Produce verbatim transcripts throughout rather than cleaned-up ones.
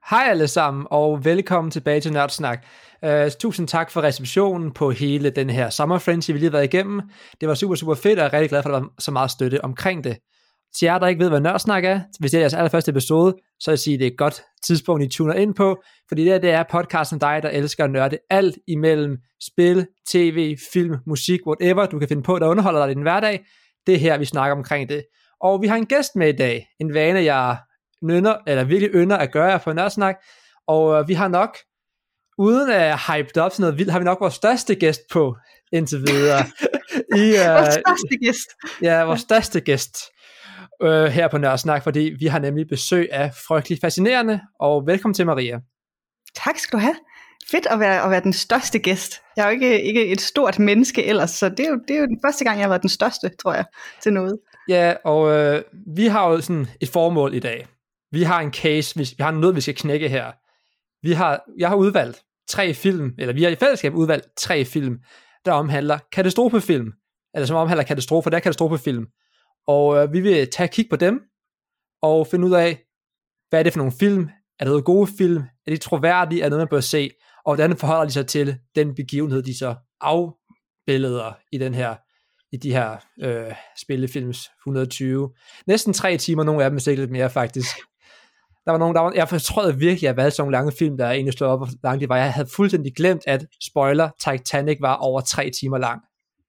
Hej alle sammen, og velkommen tilbage til Nørdsnak. Uh, tusind tak for receptionen på hele den her Summer Frenzy, vi lige har været igennem. Det var super, super fedt, og jeg er rigtig glad for, at der var så meget støtte omkring det. Til jer, der ikke ved, hvad Nørdsnak er, hvis det er jeres allerførste episode, så vil jeg sige, at det er et godt tidspunkt, I tuner ind på, fordi det, her, det er podcasten dig, der elsker at nørde alt imellem spil, tv, film, musik, whatever du kan finde på, der underholder dig i din hverdag. Det er her, vi snakker omkring det. Og vi har en gæst med i dag, en vane, jeg nønner, eller virkelig ynder at gøre på Nørdsnak, og øh, vi har nok, uden at hype op sådan noget vildt, har vi nok vores største gæst på indtil videre. I, øh, vores største gæst. Ja, vores største gæst øh, her på Nørdsnak, fordi vi har nemlig besøg af Frygtelig Fascinerende, og velkommen til Maria. Tak skal du have. Fedt at være, at være den største gæst. Jeg er jo ikke, ikke et stort menneske ellers, så det er, jo, det er jo den første gang, jeg har været den største, tror jeg, til noget. Ja, og øh, vi har jo sådan et formål i dag. Vi har en case, vi, vi har noget, vi skal knække her. Vi har, jeg har udvalgt tre film, eller vi har i fællesskab udvalgt tre film, der omhandler katastrofefilm, eller som omhandler katastrofer, der er katastrofefilm. Og øh, vi vil tage et kig på dem, og finde ud af, hvad er det for nogle film? Er det noget gode film? Er de troværdige? Er det noget, man bør se? Og hvordan forholder de sig til den begivenhed, de så afbilleder i den her, i de her øh, spillefilms et hundrede og tyve. Næsten tre timer, nogle af dem, hvis ikke lidt mere faktisk. Der var nogen, der var, jeg fortrød virkelig, at jeg valgte sådan nogle lange film, der egentlig stod op, hvor langt de var. Jeg havde fuldstændig glemt, at spoiler, Titanic var over tre timer lang.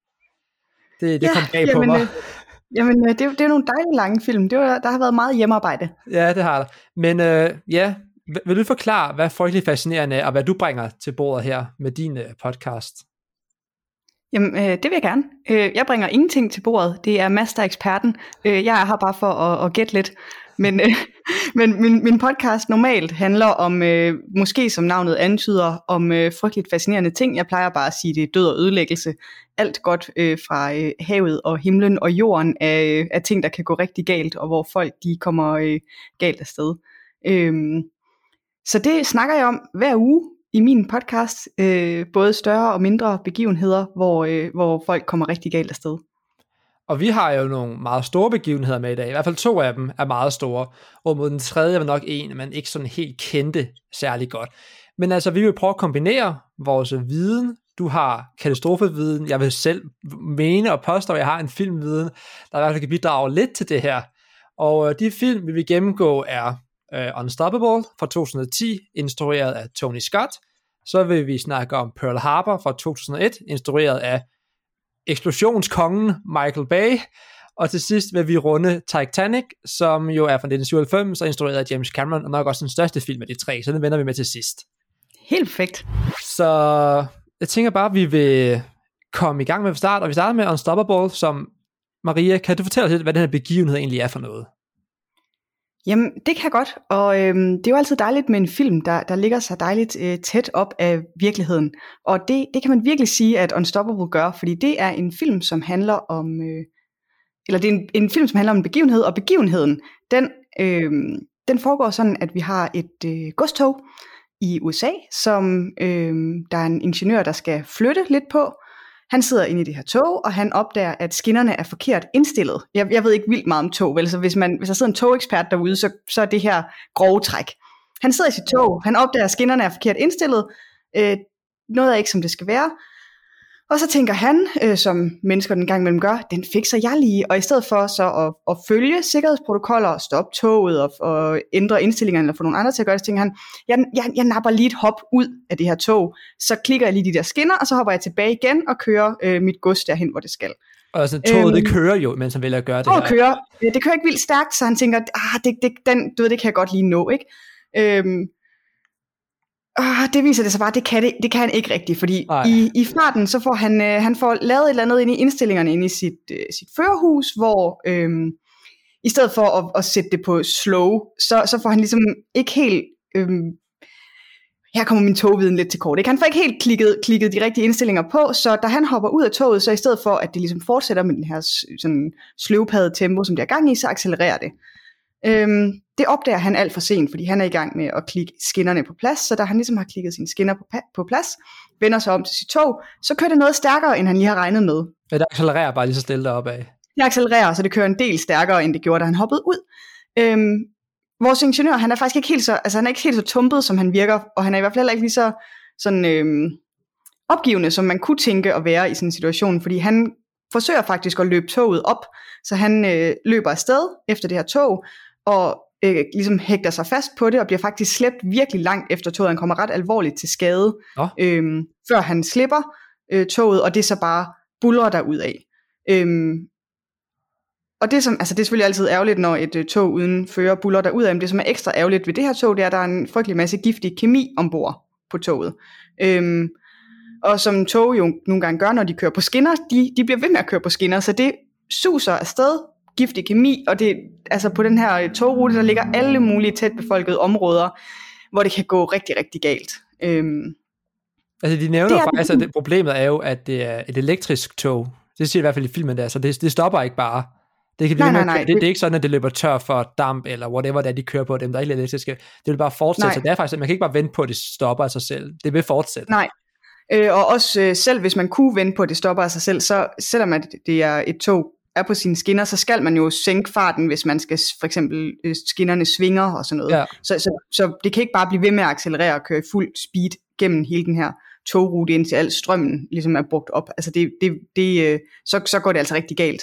Det, det ja, kom bag på jamen, mig. Øh, jamen, det, det er nogle dejlige lange film. Det var, der har været meget hjemmearbejde. Ja, det har der. Men øh, ja, vil du forklare, hvad Frygtelig Fascinerende er, og hvad du bringer til bordet her med din øh, podcast? Jamen, øh, det vil jeg gerne. Øh, jeg bringer ingenting til bordet. Det er Mads, der er eksperten. Øh, jeg er her bare for at, at gætte lidt. Men, øh, men min, min podcast normalt handler om, øh, måske som navnet antyder, om øh, frygteligt fascinerende ting. Jeg plejer bare at sige, det er død og ødelæggelse. Alt godt øh, fra øh, havet og himlen og jorden er, er ting, der kan gå rigtig galt, og hvor folk de kommer øh, galt afsted. Øh, så det snakker jeg om hver uge i min podcast, øh, både større og mindre begivenheder, hvor, øh, hvor folk kommer rigtig galt afsted. Og vi har jo nogle meget store begivenheder med i dag. I hvert fald to af dem er meget store. Og mod den tredje var nok en, man ikke sådan helt kendte særlig godt. Men altså, vi vil prøve at kombinere vores viden. Du har katastrofeviden. Jeg vil selv mene og påstå, at jeg har en filmviden, der i hvert fald kan bidrage lidt til det her. Og øh, de film, vi vil gennemgå, er uh, Unstoppable fra to tusind og ti, instrueret af Tony Scott. Så vil vi snakke om Pearl Harbor fra to tusind og et, instrueret af eksplosionskongen Michael Bay, og til sidst vil vi runde Titanic, som jo er fra nitten syvoghalvfems og instrueret af James Cameron, og nok også den største film af de tre, så den vender vi med til sidst. Helt perfekt. Så jeg tænker bare, at vi vil komme i gang med at starte, og vi starter med Unstoppable, som Maria, kan du fortælle os lidt, hvad den her begivenhed egentlig er for noget? Jamen, det kan jeg godt, og øhm, det er jo altid dejligt med en film, der, der ligger sig dejligt øh, tæt op af virkeligheden. Og det, det kan man virkelig sige, at Unstoppable gør, fordi det er en film, som handler om, øh, eller det er en, en film, som handler om en begivenhed, og begivenheden, den, øh, den foregår sådan, at vi har et øh, godstog i U S A, som øh, der er en ingeniør, der skal flytte lidt på. Han sidder inde i det her tog, og han opdager, at skinnerne er forkert indstillet. Jeg, jeg ved ikke vildt meget om tog, vel? Så hvis, man, hvis der sidder en togekspert derude, så, så er det her grove træk. Han sidder i sit tog, han opdager, at skinnerne er forkert indstillet. Øh, noget er ikke, som det skal være. Og så tænker han, øh, som mennesker den gang imellem gør, den fikser jeg lige. Og i stedet for så at, at følge sikkerhedsprotokoller og stoppe toget og, og ændre indstillingerne eller få nogle andre til at gøre det, så tænker han, jeg, jeg, jeg napper lige et hop ud af det her tog. Så klikker jeg lige de der skinner, og så hopper jeg tilbage igen og kører øh, mit gods derhen, hvor det skal. Og altså, toget øhm, det kører jo, mens han vælger at gøre det her. Kører. Det kører ikke vildt stærkt, så han tænker, ah, det, det, den, du ved, det kan jeg godt lige nå, ikke? Øhm, Uh, det viser det sig bare, det kan, det, det kan han ikke rigtigt, fordi i, i farten, så får han, øh, han får lavet et eller andet ind i indstillingerne inde i sit, øh, sit førerhus, hvor øh, i stedet for at, at sætte det på slow, så, så får han ligesom ikke helt, øh, her kommer min togviden lidt til kort, ikke? Han får ikke helt klikket, klikket de rigtige indstillinger på, så da han hopper ud af toget, så i stedet for at det ligesom fortsætter med den her sådan sløvpadede tempo, som det er gang i, så accelererer det. Øhm, det opdager han alt for sent, fordi han er i gang med at klikke skinnerne på plads, så da han ligesom har klikket sine skinner på, på plads, vender sig om til sit tog, så kører det noget stærkere, end han lige har regnet med. Ja, det accelererer bare lige så stille deroppe af. Det accelererer, så det kører en del stærkere, end det gjorde, da han hoppede ud. Øhm, vores ingeniør, han er faktisk ikke helt så, altså han er ikke helt så tumpet, som han virker, og han er i hvert fald heller ikke lige så sådan, øhm, opgivende, som man kunne tænke at være i sådan en situation, fordi han forsøger faktisk at løbe toget op, så han øh, løber afsted efter det her tog, og øh, ligesom hægter sig fast på det, og bliver faktisk slæbt virkelig langt efter toget. Han kommer ret alvorligt til skade, oh. øhm, før han slipper øh, toget, og det så bare buldrer derudad. Øhm, og det, som, altså det er selvfølgelig altid ærgerligt, når et øh, tog uden fører buldrer derudad, men det som er ekstra ærgerligt ved det her tog, det er, at der er en frygtelig masse giftig kemi ombord på toget. Øhm, og som tog jo nogle gange gør, når de kører på skinner, de, de bliver ved med at køre på skinner, så det suser afsted giftig kemi, og det altså på den her togrute, der ligger alle mulige tæt befolkede områder, hvor det kan gå rigtig, rigtig galt. Øhm, altså de nævner faktisk, at det, problemet er jo, at det er et elektrisk tog. Det siger i hvert fald i filmen der, så det, det stopper ikke bare. Det, kan nej, nej, nej. Det, det er ikke sådan, at det løber tør for damp, eller whatever det er, de kører på, dem der er ikke elektriske. Det vil bare fortsætte, nej. Så det er faktisk, man kan ikke bare vente på, at det stopper af sig selv. Det vil fortsætte. Nej, øh, og også øh, selv hvis man kunne vente på, at det stopper af sig selv, så selvom at det er et tog, er på sine skinner, så skal man jo sænke farten, hvis man skal for eksempel øh, skinnerne svinger og sådan noget. Ja. Så, så, så det kan ikke bare blive ved med at accelerere og køre i fuld speed gennem hele den her togrute, indtil al strømmen ligesom er brugt op. Altså det, det, det, øh, så, så går det altså rigtig galt.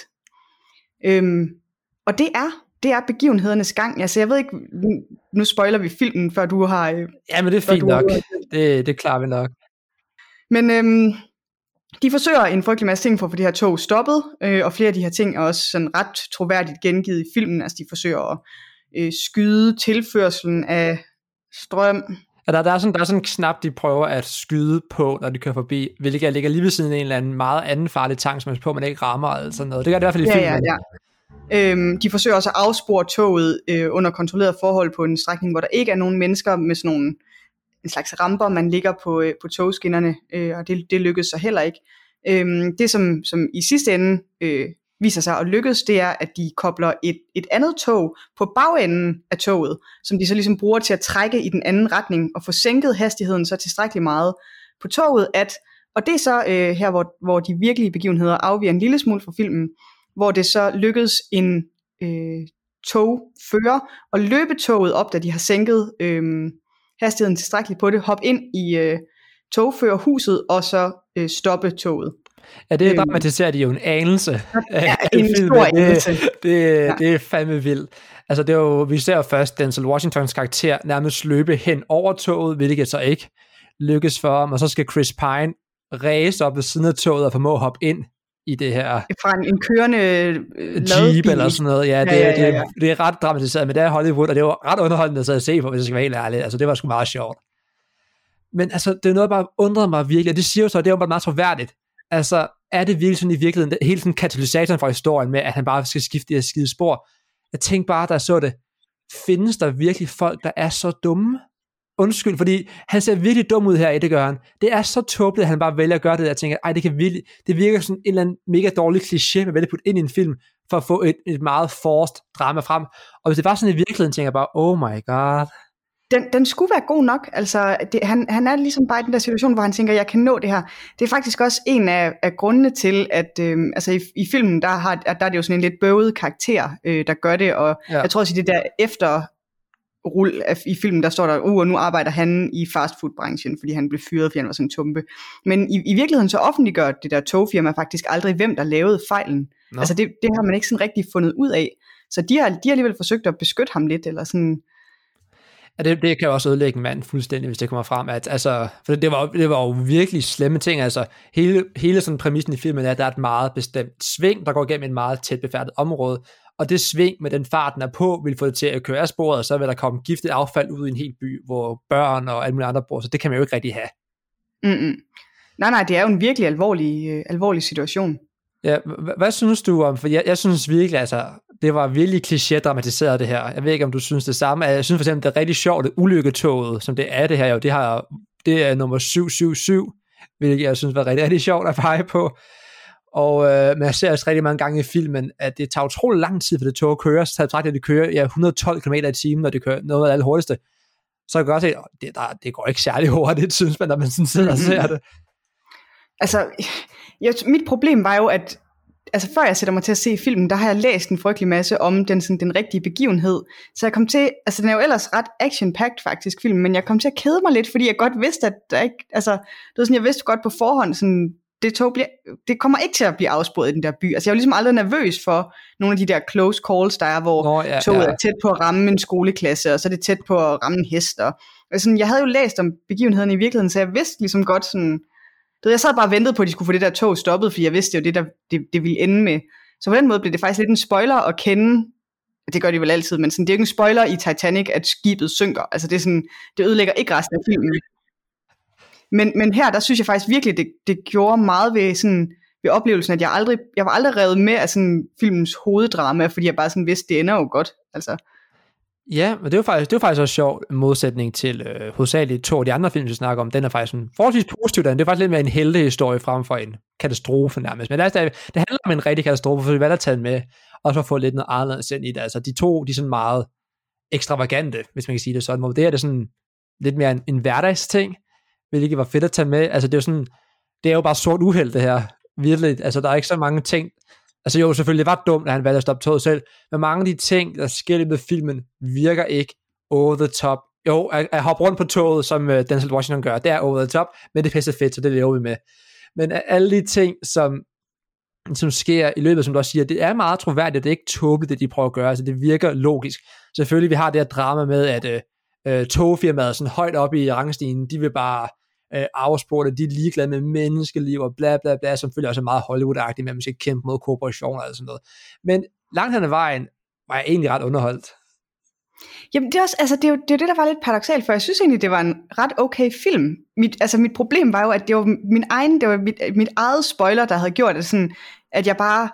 Øhm, og det er, det er begivenhedernes gang. Altså jeg ved ikke, nu, nu spoiler vi filmen, før du har... Øh, ja, men det er fint nok. Har, det, det klarer vi nok. Men øhm, de forsøger en frygtelig masse ting for at få det her tog stoppet, øh, og flere af de her ting er også sådan ret troværdigt gengivet i filmen. Altså de forsøger at øh, skyde tilførselen af strøm. Ja, der, der, er sådan, der er sådan en knap, de prøver at skyde på, når de kører forbi, hvilket ligger lige ved siden af en eller anden meget anden farlig tank, som man på, man ikke rammer eller sådan noget. Det gør det i hvert fald i ja, filmen. Ja, ja. Øhm, de forsøger også at afspore toget øh, under kontrolleret forhold på en strækning, hvor der ikke er nogen mennesker med sådan nogle en slags ramper, man ligger på, øh, på togskinnerne, øh, og det, det lykkedes så heller ikke. Øhm, det, som, som i sidste ende øh, viser sig at lykkes, det er, at de kobler et, et andet tog på bagenden af toget, som de så ligesom bruger til at trække i den anden retning, og få sænket hastigheden så tilstrækkeligt meget på toget, at, og det er så øh, her, hvor, hvor de virkelige begivenheder afviger en lille smule fra filmen, hvor det så lykkedes en øh, togfører at løbe toget op, da de har sænket øh, hastigheden tilstrækkeligt på det, hoppe ind i øh, togførerhuset, og så øh, stoppe toget. Ja, det dramatiserer de jo en anelse. Ja, en stor anelse. Det, det, ja. Det er fandme vildt. Altså det er jo, vi ser jo først Denzel Washingtons karakter nærmest løbe hen over toget, hvilket så ikke lykkes for ham, og så skal Chris Pine ræse op ved siden af toget og formå at hoppe ind i det her fra en, en kørende Jeep eller sådan noget. Ja, det, ja, ja, ja, ja. Det, det er ret dramatiseret, men det er Hollywood, og det var ret underholdende at se på, hvis jeg skal være helt ærlig. Altså det var sgu meget sjovt. Men altså, det er noget, der bare undrede mig virkelig, og det siger jo så, at det er jo bare meget troværdigt. Altså, er det virkelig sådan i virkeligheden, hele sådan katalysatoren for historien med, at han bare skal skifte de her skide spor? Jeg tænkte bare, da jeg så det, findes der virkelig folk, der er så dumme? Undskyld, fordi han ser virkelig dum ud her i det gør han. Det er så tåbeligt, at han bare vælger at gøre det, og jeg tænker, ej, det kan virkelig, det virker sådan en eller anden mega dårlig kliché, man vælger at putte ind i en film, for at få et, et meget forced drama frem. Og hvis det var sådan i virkeligheden, tænker jeg bare, oh my god. Den, den skulle være god nok, altså det, han, han er ligesom bare i den der situation, hvor han tænker, jeg kan nå det her. Det er faktisk også en af, af grundene til, at øh, altså i, i filmen, der, har, der er det jo sådan en lidt bøvet karakter, øh, der gør det, og ja. Jeg tror også, det der efter rul af, i filmen, der står der, uh, og nu arbejder han i fastfoodbranchen, fordi han blev fyret, fordi han var sådan en tumpe. Men i, i virkeligheden så offentliggør det der togfirma faktisk aldrig, hvem der lavede fejlen. No. Altså det, det har man ikke sådan rigtig fundet ud af. Så de har, de har alligevel forsøgt at beskytte ham lidt, eller sådan. Ja, det, det kan jo også ødelægge en mand fuldstændig, hvis det kommer frem, at altså, for det var, det var jo virkelig slemme ting, altså hele, hele sådan præmissen i filmen er, at der er et meget bestemt sving, der går gennem et meget tæt befærdet område, og det sving med den farten er på, vil få det til at køre af sporet, og så vil der komme giftigt affald ud i en hel by, hvor børn og alle mulige andre bor, så det kan man jo ikke rigtig have. Mm-mm. Nej, nej, det er jo en virkelig alvorlig, øh, alvorlig situation. Ja, h- hvad synes du om, for jeg, jeg synes virkelig, altså, det var virkelig kliché-dramatiseret det her. Jeg ved ikke, om du synes det samme. Jeg synes for eksempel, det er rigtig sjovt, det ulykketoget, som det er det her jo, det, har, det er nummer syv syv syv, hvilket jeg synes var rigtig, rigtig sjovt at pege på. Og øh, man ser også rigtig mange gange i filmen, at det tager utrolig lang tid for det tog at køre, så tager det, at det kører ja, et hundrede og tolv kilometer i timen, når det kører noget af det allerhurtigste. Så kan jeg godt se, at det, der, det går ikke særlig hurtigt, synes man, når man sådan sidder og ser det. Altså, jeg, mit problem var jo, at altså før jeg sætter mig til at se filmen, der har jeg læst en frygtelig masse om den, sådan, den rigtige begivenhed. Så jeg kom til, altså den er jo ellers ret action-packed faktisk, filmen, men jeg kom til at kede mig lidt, fordi jeg godt vidste, at der ikke, altså, det var sådan, jeg vidste godt på forhånd, sådan, det tog bliver, det kommer ikke til at blive afsporet i den der by. Altså jeg var ligesom aldrig nervøs for nogle af de der close calls, der er, hvor Nå, ja, toget ja. er tæt på at ramme en skoleklasse, og så er det tæt på at ramme en hest. Og, og sådan, jeg havde jo læst om begivenheden i virkeligheden, så jeg vidste ligesom godt sådan, det, jeg sad bare og ventede på, at de skulle få det der tog stoppet, fordi jeg vidste jo, det, der, det, det ville ende med. Så på den måde blev det faktisk lidt en spoiler at kende, det gør de vel altid, men sådan, det er jo ikke en spoiler i Titanic, at skibet synker. Altså det er sådan, det ødelægger ikke resten af filmen. Men, men her, der synes jeg faktisk virkelig, det, det gjorde meget ved, sådan, ved oplevelsen, at jeg aldrig, jeg var aldrig revet med af sådan filmens hoveddrama, fordi jeg bare sådan vidste, det ender jo godt. Altså. Ja, men det var faktisk, det var faktisk også sjovt modsætning til øh, hovedsageligt to af de andre film, vi snakker om. Den er faktisk en forholdsvis positiv, den. Det er faktisk lidt mere en heltehistorie frem for en katastrofe nærmest. Men det, er, det handler om en rigtig katastrofe, for vi valgte at tage den med, og så få lidt noget anderledes ind i det. Altså de to, de er sådan meget ekstravagante, hvis man kan sige det sådan. Hvor det her det er sådan lidt mere en, en hverdagsting, hvilket var fedt at tage med. Altså det er jo sådan, det er jo bare sort uheld det her. Virkelig, altså der er ikke så mange ting. Altså jo, selvfølgelig, det var dumt, at han valgte at stoppe toget selv, men mange af de ting, der sker i med filmen, virker ikke over the top. Jo, at, at hoppe rundt på toget, som uh, Denzel Washington gør, det er over the top, men det er pisse fedt, så det lever vi med. Men alle de ting, som, som sker i løbet, som du også siger, det er meget troværdigt, det er ikke tåbeligt, det de prøver at gøre, altså det virker logisk. Selvfølgelig, vi har det her drama med, at uh, uh, togfirmaet sådan højt oppe i rangstigen, de vil bare øh, afspurgte, de er ligeglade med menneskeliv og bla bla bla, som selvfølgelig også er meget Hollywood-agtigt, med at man skal kæmpe mod korporationer og sådan noget. Men langt hen ad vejen var jeg egentlig ret underholdt. Jamen det er, også, altså, det, er jo, det er jo det, der var lidt paradoksalt, for jeg synes egentlig, det var en ret okay film. Mit, altså mit problem var jo, at det var min egen, det var mit, mit eget spoiler, der havde gjort det sådan, at jeg bare,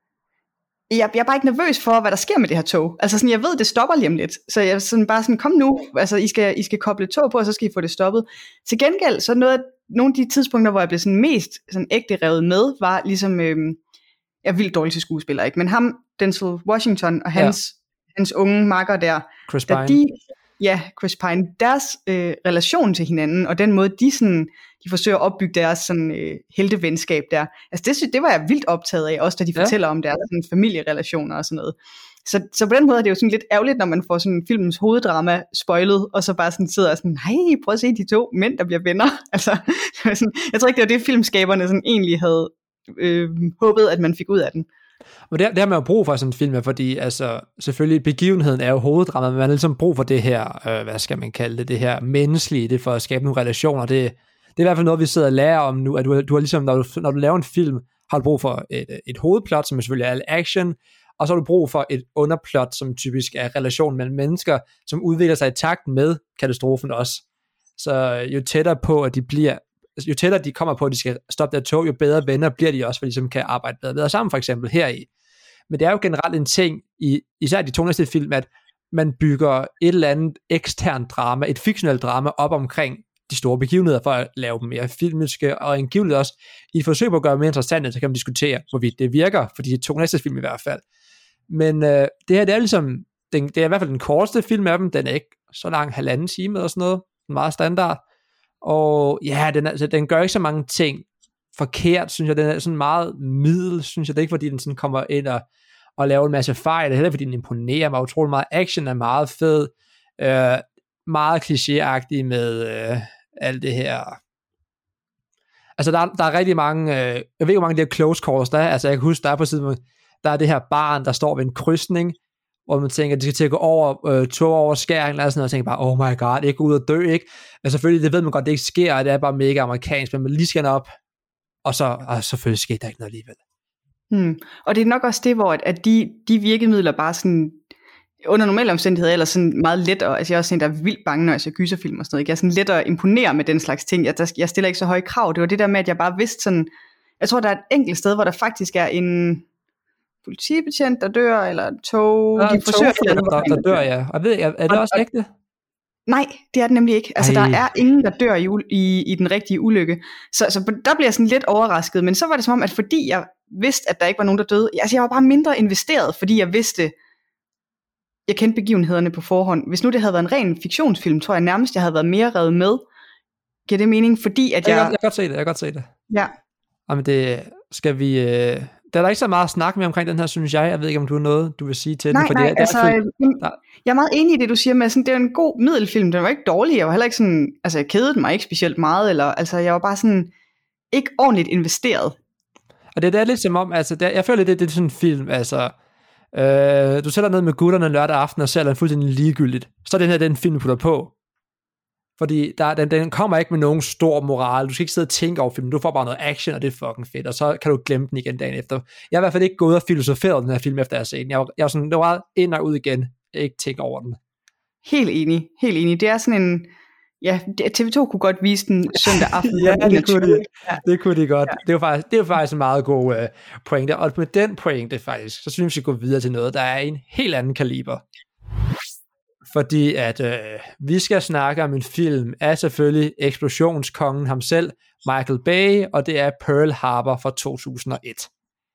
jeg, jeg er bare ikke nervøs for, hvad der sker med det her tog. Altså sådan, jeg ved, det stopper lige om lidt, så jeg sådan bare sådan, kom nu, altså I skal, I skal koble tog på, og så skal I få det stoppet. Til gengæld, så noget af, nogle af de tidspunkter, hvor jeg blev sådan mest sådan ægte revet med, var ligesom, øh, jeg er vildt dårlig til skuespiller, ikke? Men ham, Denzel Washington og hans, ja. hans unge makker der, Chris Pine. De, ja, Chris Pine, deres øh, relation til hinanden, og den måde, de, sådan, de forsøger at opbygge deres sådan, øh, heltevenskab der, altså det, det var jeg vildt optaget af, også da de ja. fortæller om deres sådan, familierelationer og sådan noget. Så, så på den måde er det jo sådan lidt ærgerligt, når man får sådan filmens hoveddrama spoilet, og så bare sådan sidder og sådan, nej, prøv at se de to mænd, der bliver venner. Altså, sådan, jeg tror ikke, det var det, filmskaberne sådan egentlig havde øh, håbet, at man fik ud af den. Og det, det har man jo brug for sådan en film, fordi altså, selvfølgelig begivenheden er jo hoveddrama, men man har ligesom brug for det her, øh, hvad skal man kalde det, det her menneskelige, det for at skabe nogle relationer. Det, det er i hvert fald noget, vi sidder og lærer om nu, at du, du har ligesom, når du, når du laver en film, har du brug for et, et hovedplot, som selvfølgelig er al action, og så har du brug for et underplot, som typisk er relationen mellem mennesker, som udvikler sig i takt med katastrofen også. Så jo tættere på, at de bliver, jo tættere de kommer på, at de skal stoppe der tog, jo bedre venner bliver de også, for de ligesom kan arbejde bedre, bedre sammen, for eksempel her i. Men det er jo generelt en ting, i, især i de to næste film, at man bygger et eller andet eksternt drama, et fiktionelt drama op omkring de store begivenheder, for at lave dem mere filmiske, og angiveligt også i et forsøg på at gøre dem mere interessante, så kan man diskutere, hvorvidt det virker, for de to næste film i hvert fald. Men øh, det her, det er ligesom, den, det er i hvert fald den korteste film af dem, den er ikke så lang, halvanden time eller sådan noget, meget standard, og ja, den, altså, den gør ikke så mange ting forkert, synes jeg, den er sådan meget middel, synes jeg, det er ikke fordi den sådan kommer ind og, og laver en masse fejl, det er heller fordi den imponerer mig utrolig meget, action er meget fed, øh, meget klichéagtig med øh, alt det her, altså der, der er rigtig mange, øh, jeg ved ikke hvor mange af de her close calls der er, altså jeg kan huske, der er på siden, der er det her barn, der står ved en krydsning, hvor man tænker, at de skal til at gå over øh, to over skæring, eller sådan noget, og tænker bare, oh my god, ikke gå ud og dø, ikke? Altså selvfølgelig, det ved man godt, det ikke sker, det er bare mega amerikansk, men man lige skal op, og så, og selvfølgelig sker der ikke noget alligevel. Hmm. Og det er nok også det, hvor at de, de virkemidler bare sådan, under normale omstændigheder, eller sådan meget let, og altså jeg er også sådan, der er vildt bange, når jeg ser gyserfilm og sådan noget, jeg er sådan let at imponere med den slags ting, jeg, der, jeg stiller ikke så høje krav, det var det der med, at jeg bare vidste sådan, jeg tror, der er et enkelt sted, hvor der faktisk er en politibetjent, der dør, eller tog, ja, de forsøger tog, der, der, der dør, ja. Og ved jeg, er det også ægte? Nej, det er det nemlig ikke. Altså, Ej. der er ingen, der dør i, i, i den rigtige ulykke. Så, så der bliver jeg sådan lidt overrasket, men så var det som om, at fordi jeg vidste, at der ikke var nogen, der døde, altså jeg var bare mindre investeret, fordi jeg vidste, jeg kendte begivenhederne på forhånd. Hvis nu det havde været en ren fiktionsfilm, tror jeg nærmest, jeg havde været mere revet med. Giver det mening? Fordi at jeg... Jeg, jeg kan godt se det, jeg kan godt se det. Ja. Jamen det skal vi... Øh... der er der ikke så meget at snakke med omkring den her, synes jeg. Jeg ved ikke, om du har noget, du vil sige til nej, den. Fordi nej, det, altså, er der... jeg er meget enig i det, du siger med, sådan, det er en god middelfilm, den var ikke dårlig, jeg var heller ikke sådan, altså jeg kedede mig ikke specielt meget, eller, altså jeg var bare sådan, ikke ordentligt investeret. Og det, det er lidt som om, altså, det, jeg føler lidt, det, det er sådan en film, altså, øh, du sætter ned med gutterne lørdag aften, og ser den fuldstændig ligegyldigt. Så er den her den film, du putter på. Fordi der, den, den kommer ikke med nogen stor moral. Du skal ikke sidde og tænke over filmen. Du får bare noget action, og det er fucking fedt. Og så kan du glemme den igen dagen efter. Jeg har i hvert fald ikke gået og filosoferet den her film, efter jeg har set den. Jeg var, jeg var sådan, det var ind og ud igen. Jeg ikke tænke over den. Helt enig. Helt enig. Det er sådan en... Ja, T V to kunne godt vise den søndag aften. Ja, det kunne de. Ja. Det kunne de godt. Ja. Det var faktisk, det var faktisk en meget god uh, pointe. Og med den pointe faktisk, så synes jeg, vi skal gå videre til noget, der er en helt anden kaliber. Fordi at øh, vi skal snakke om en film af selvfølgelig eksplosionskongen ham selv, Michael Bay, og det er Pearl Harbor fra to tusind og et.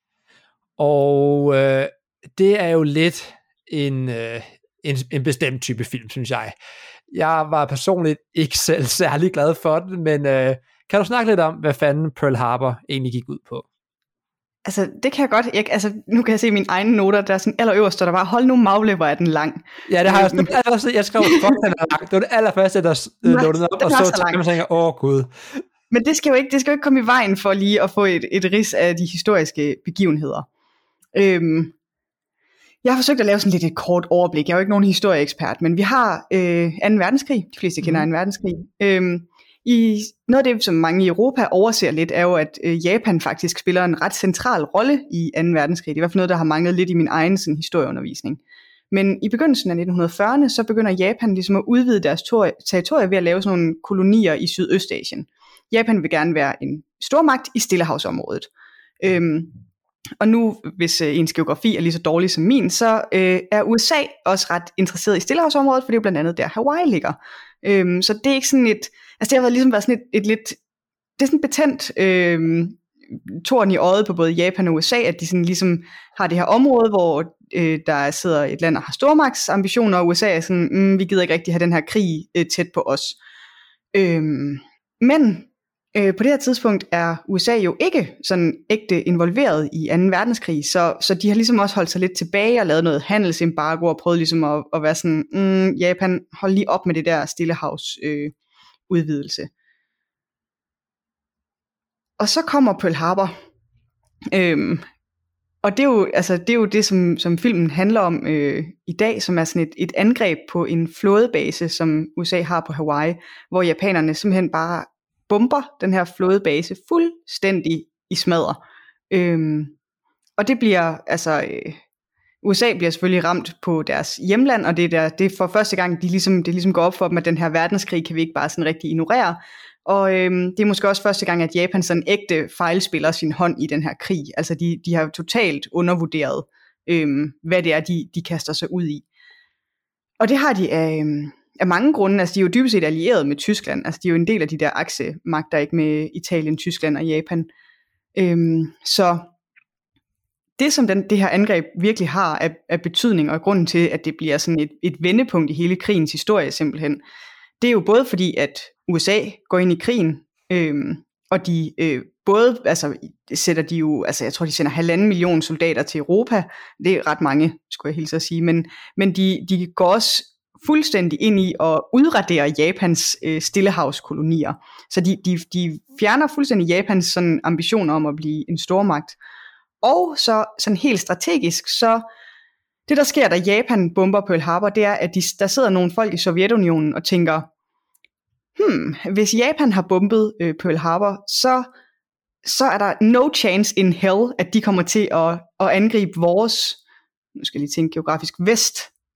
Og øh, det er jo lidt en, øh, en, en bestemt type film, synes jeg. Jeg var personligt ikke selv særlig glad for den, men øh, kan du snakke lidt om, hvad fanden Pearl Harbor egentlig gik ud på? Altså, det kan jeg godt. Jeg, altså, nu kan jeg se mine egne noter, der er sådan allerøverst, og der var, hold nu magle, hvor er den lang. Ja, det har jeg også. Altså, jeg skrev, fuck, den er lang. Det var det allerførste, der lånede op, og så til dem og tænker, åh gud. Men det skal jo ikke, det skal jo ikke komme i vejen for lige at få et, et rids af de historiske begivenheder. Øhm, jeg har forsøgt at lave sådan lidt et kort overblik. Jeg er jo ikke nogen historieekspert, men vi har øh, anden verdenskrig. De fleste kender anden verdenskrig. Øhm, I noget af det, som mange i Europa overser lidt, er jo, at øh, Japan faktisk spiller en ret central rolle i anden verdenskrig. Det er i hvert fald noget, der har manglet lidt i min egen sådan, historieundervisning. Men i begyndelsen af nitten fyrrerne, så begynder Japan ligesom at udvide deres territorier ved at lave sådan nogle kolonier i Sydøstasien. Japan vil gerne være en stormagt i Stillehavsområdet. Øhm, og nu, hvis øh, ens geografi er lige så dårlig som min, så øh, er U S A også ret interesseret i Stillehavsområdet, for det er jo blandt andet der Hawaii ligger. Øhm, så det er ikke sådan et, altså det har ligesom været sådan et, et lidt, det er sådan betændt øh, torn i øjet på både Japan og U S A, at de sådan ligesom har det her område, hvor øh, der sidder et land og har stormagtsambitioner, og U S A er sådan, mm, vi gider ikke rigtig have den her krig øh, tæt på os. Øhm, men øh, på det her tidspunkt er U S A jo ikke sådan ægte involveret i anden verdenskrig, så, så de har ligesom også holdt sig lidt tilbage og lavet noget handelsembargo og prøvet ligesom at, at være sådan, mm, Japan, hold lige op med det der Stillehavs øh, udvidelse. Og så kommer Pearl Harbor. Øhm, og det er jo, altså, det, er jo det, som, som filmen handler om øh, i dag, som er sådan et, et angreb på en flådebase, som U S A har på Hawaii, hvor japanerne simpelthen bare bomber den her flådebase fuldstændig i smadder. Øhm, og det bliver, altså, øh, U S A bliver selvfølgelig ramt på deres hjemland, og det er, der, det er for første gang, de ligesom, det ligesom går op for dem, at den her verdenskrig kan vi ikke bare sådan rigtig ignorere. Og øhm, det er måske også første gang, at Japan sådan ægte fejlspiller sin hånd i den her krig. Altså de, de har totalt undervurderet, øhm, hvad det er, de, de kaster sig ud i. Og det har de af, øhm, af mange grunde. Altså de er jo dybest set allieret med Tyskland. Altså de er jo en del af de der aksemagter, ikke, med Italien, Tyskland og Japan. Øhm, så det, som den, det her angreb virkelig har af, af betydning, og grunden til, at det bliver sådan et, et vendepunkt i hele krigens historie simpelthen, det er jo både fordi, at U S A går ind i krigen, øhm, og de øh, både, altså sætter de jo, altså jeg tror de sender halvanden million soldater til Europa, det er ret mange, skulle jeg hilse at sige, men, men de, de går også fuldstændig ind i at udradere Japans øh, stillehavskolonier, så de, de, de fjerner fuldstændig Japans sådan, ambitioner om at blive en stormagt, og så sådan helt strategisk, så det der sker, da Japan bomber Pearl Harbor, det er, at de, der sidder nogle folk i Sovjetunionen og tænker, hmm, hvis Japan har bombet øh, Pearl Harbor, så, så er der no chance in hell, at de kommer til at, at angribe vores, nu skal jeg lige tænke geografisk, vest,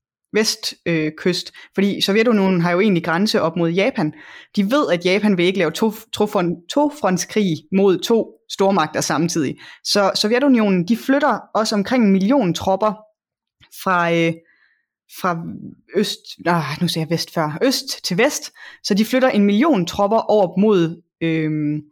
vestkyst, øh, fordi Sovjetunionen har jo egentlig grænse op mod Japan. De ved, at Japan vil ikke lave to, tofront, tofrontskrig mod to stormagter samtidig. Så Sovjetunionen, de flytter også omkring en million tropper fra, øh, fra øst, ah, nu siger jeg vest før, øst til vest, så de flytter en million tropper over mod øh,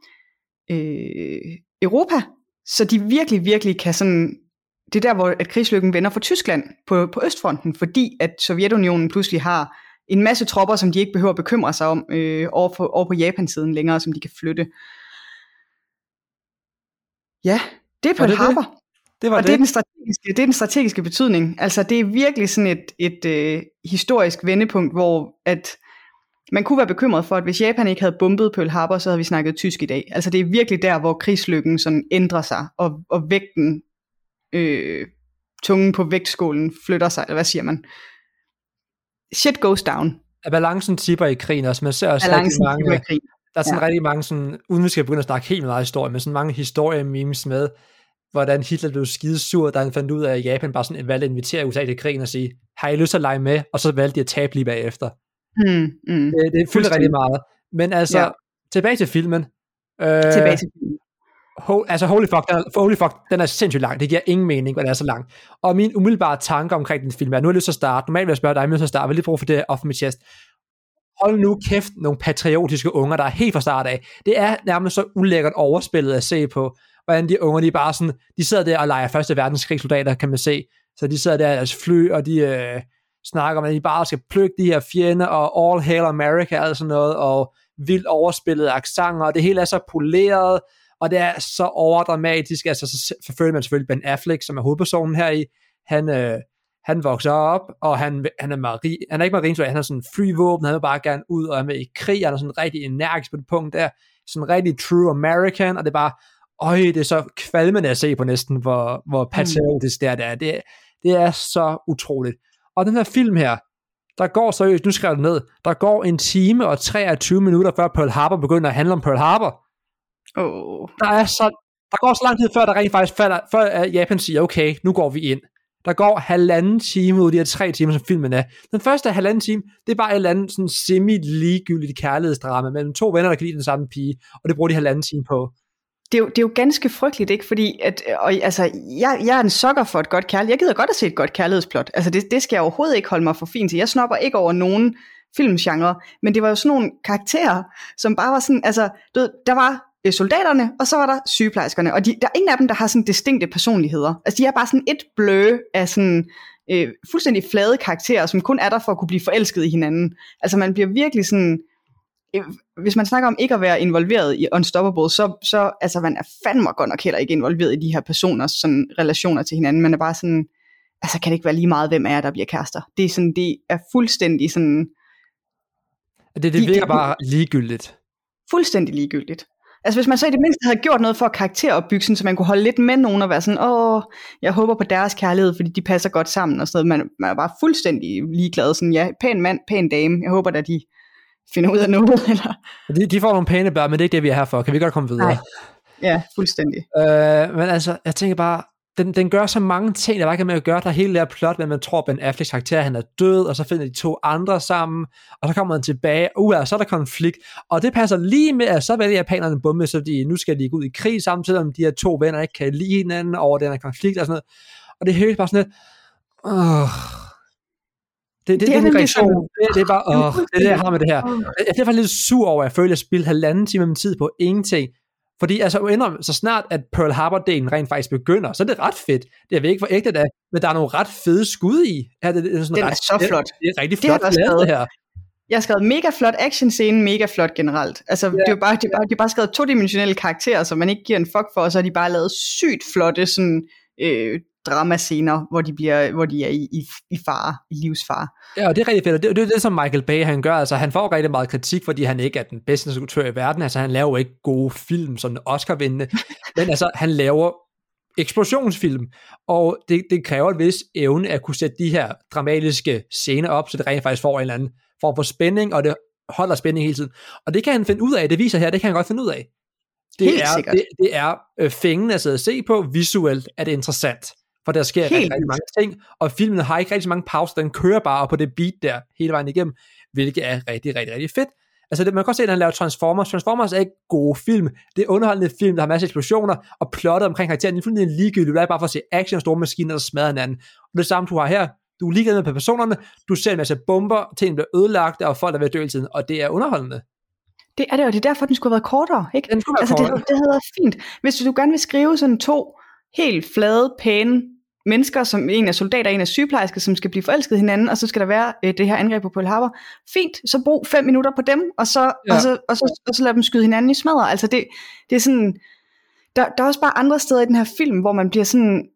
øh, Europa, så de virkelig, virkelig kan sådan, det er der, hvor at krigslykken vender for Tyskland på, på Østfronten, fordi at Sovjetunionen pludselig har en masse tropper, som de ikke behøver at bekymre sig om øh, over, for, over på Japan-siden længere, som de kan flytte. Ja, det er Pearl Harbor. Det var og det. det er, den strategiske, det er den strategiske betydning. Altså det er virkelig sådan et, et øh, historisk vendepunkt, hvor at man kunne være bekymret for, at hvis Japan ikke havde bombet Pearl Harbor, så havde vi snakket tysk i dag. Altså det er virkelig der, hvor krigslykken sådan ændrer sig, og, og vægten, øh, tungen på vægtskålen flytter sig, eller hvad siger man? Shit goes down. At balancen tipper i krigen også. Man ser også balancen rigtig mange, i der er sådan ja. rigtig mange, sådan, uden vi skal begynde at snakke helt meget historie, men sådan mange historie-memes med, hvordan Hitler blev skidesur, da han fandt ud af, at Japan bare sådan valgte at invitere U S A til krigen og sige, har I lyst til at lege med? Og så valgte de at tabe lige bagefter. Mm, mm. Det, det fylder rigtig meget. Men altså, ja. tilbage til filmen. Øh, tilbage til filmen. Ho, altså holy fuck, den er, holy fuck, den er sindssygt lang. Det giver ingen mening, hvad den er så lang. Og min umiddelbare tanker omkring den film er, nu har jeg lyst til at starte. Normalt vil jeg spørge dig, men jeg vil lyst til at starte. Jeg vil lige bruge for det off my chest. Hold nu kæft, nogle patriotiske unger, der er helt fra start af. Det er nærmest så ulækkert overspillet at se på, hvordan de unger, de bare sådan, de sidder der og leger første verdenskrigssoldater, kan man se. Så de sidder der i deres fly, og de øh, snakker om, at de bare skal plukke de her fjender, og all hail America, og sådan noget, og vildt overspillede accenter, og det hele er så poleret, og det er så overdramatisk. Altså så forfølger man selvfølgelig Ben Affleck, som er hovedpersonen her i. Han, øh, han vokser op, og han, han er mari, han er ikke marinsoldat, han er sådan flyvåben, han vil bare gerne ud, og han er med i krig, han er sådan rigtig energisk på det punkt der, sådan rigtig true American, og det er bare, øj, det er så kvalmende at se på næsten, hvor, hvor patriotisk det er, det er. Det, det er så utroligt. Og den her film her, der går seriøst, nu skriver jeg det ned, der går en time og treogtyve minutter, før Pearl Harbor begynder at handle om Pearl Harbor. Oh. Der er så, der går så lang tid, før der rent faktisk falder, før Japan siger, okay, nu går vi ind. Der går halvanden time ud af de her tre timer, som filmen er. Den første halvanden time, det er bare et eller andet sådan semi-ligegyldigt kærlighedsdrama mellem to venner, der kan lide den samme pige, og det bruger de halvanden time på. Det er, jo, det er jo ganske frygteligt, ikke? Fordi at, og, altså, jeg, jeg er en sukker for et godt kærlighed. Jeg gider godt at se et godt kærlighedsplot. Altså det, det skal jeg overhovedet ikke holde mig for fint til. Jeg snopper ikke over nogen filmgenre, men det var jo sådan nogle karakterer, som bare var sådan, altså, du ved, der var soldaterne, og så var der sygeplejerskerne, og de, der er ingen af dem, der har sådan distinkte personligheder. Altså de er bare sådan et blø af sådan øh, fuldstændig flade karakterer, som kun er der for at kunne blive forelsket i hinanden. Altså man bliver virkelig sådan, øh, hvis man snakker om ikke at være involveret i Unstoppable, så, så altså man er fandme godt nok heller ikke involveret i de her personers sådan relationer til hinanden. Man er bare sådan, altså kan det ikke være lige meget, hvem er der bliver kærester. Det er sådan, det er fuldstændig sådan, det, det virker de, bare ligegyldigt. Fuldstændig ligegyldigt. Altså hvis man så i det mindste havde gjort noget for karakteropbyggelsen, så man kunne holde lidt med nogen og være sådan, åh, jeg håber på deres kærlighed, fordi de passer godt sammen og sådan noget. Man, man er bare fuldstændig ligeglad, sådan, ja, pæn mand, pæn dame, jeg håber at de finder ud af noget. Eller? De, de får nogle pæne børn, men det er ikke det, vi er her for. Kan vi godt komme videre? Nej. Ja, fuldstændig. Øh, men altså, jeg tænker bare, den, den gør så mange ting, der bare kan med at gøre, der hele der plot, men man tror, Ben Afflecks karakter, han er død, og så finder de to andre sammen, og så kommer han tilbage, uh, og så er der konflikt, og det passer lige med, at så vælger japanerne bombe, så de, nu skal de gå ud i krig sammen, selvom de her to venner ikke kan lide hinanden over den her konflikt og sådan noget, og det hele bare sådan lidt, åh, det, det, det, det er en reaktion, det, det er bare, åh, det er det, jeg har med det her. Jeg er faktisk lidt sur over, at jeg føler, at jeg spildte halvanden time af min tid på ingenting. Fordi altså, så snart at Pearl Harbor-delen rent faktisk begynder, så er det ret fedt. Det er vi ikke for ægte da, men der er nogle ret fede skud i. Her, det, det er sådan den ret, er så flot. Det, det er rigtig flot det lavet, det her. Jeg har skrevet mega flot actionscene, mega flot generelt. Altså, yeah. det er jo bare, de er bare, de er bare skrevet todimensionelle karakterer, som man ikke giver en fuck for, og så har de bare lavet sygt flotte sådan, øh, dramascener, hvor de, bliver, hvor de er i, i, i fare, i livsfare. Ja, og det er rigtig fedt, og det, det er det, som Michael Bay han gør, altså han får rigtig meget kritik, fordi han ikke er den bedste instruktør i verden, altså han laver jo ikke gode film, sådan Oscar-vindende, men altså han laver eksplosionsfilm, og det, det kræver et vis evne at kunne sætte de her dramatiske scener op, så det rent faktisk får en eller anden form for spænding, og det holder spænding hele tiden, og det kan han finde ud af, det viser her, det kan han godt finde ud af. Det Helt er, det, det er øh, fængende at sidde og se på, visuelt er det interessant, for der sker rigtig, rigtig mange ting, og filmen har ikke rigtig mange pauser, den kører bare på det beat der hele vejen igennem, hvilket er rigtig, rigtig, rigtig fedt. Altså det, man kan godt se, at han laver Transformers. Transformers er ikke gode film, det er underholdende film, der har masser af eksplosioner, og plottet omkring karakteren, det er fuldstændig ligegyldigt, det er bare for at se action og store maskiner, der smadrer hinanden. Og det samme, du har her, du er ligeglad med personerne, du ser en masse bomber, ting bliver ødelagt, og folk der er ved at dø hele tiden, og det er underholdende. Det er det, og det er derfor, den skulle have været kortere, ikke? Den skulle være altså, kortere. Det, det havde været fint. Hvis du gerne vil skrive sådan to helt flade, pæne mennesker, som en er soldater og en er sygeplejersker, som skal blive forelsket hinanden, og så skal der være øh, det her angreb på Pearl Harbor. Fint, så brug fem minutter på dem, og så, ja. og så, og så, og så lad dem skyde hinanden i smadre. Altså det, det er sådan, der, der er også bare andre steder i den her film, hvor man bliver sådan,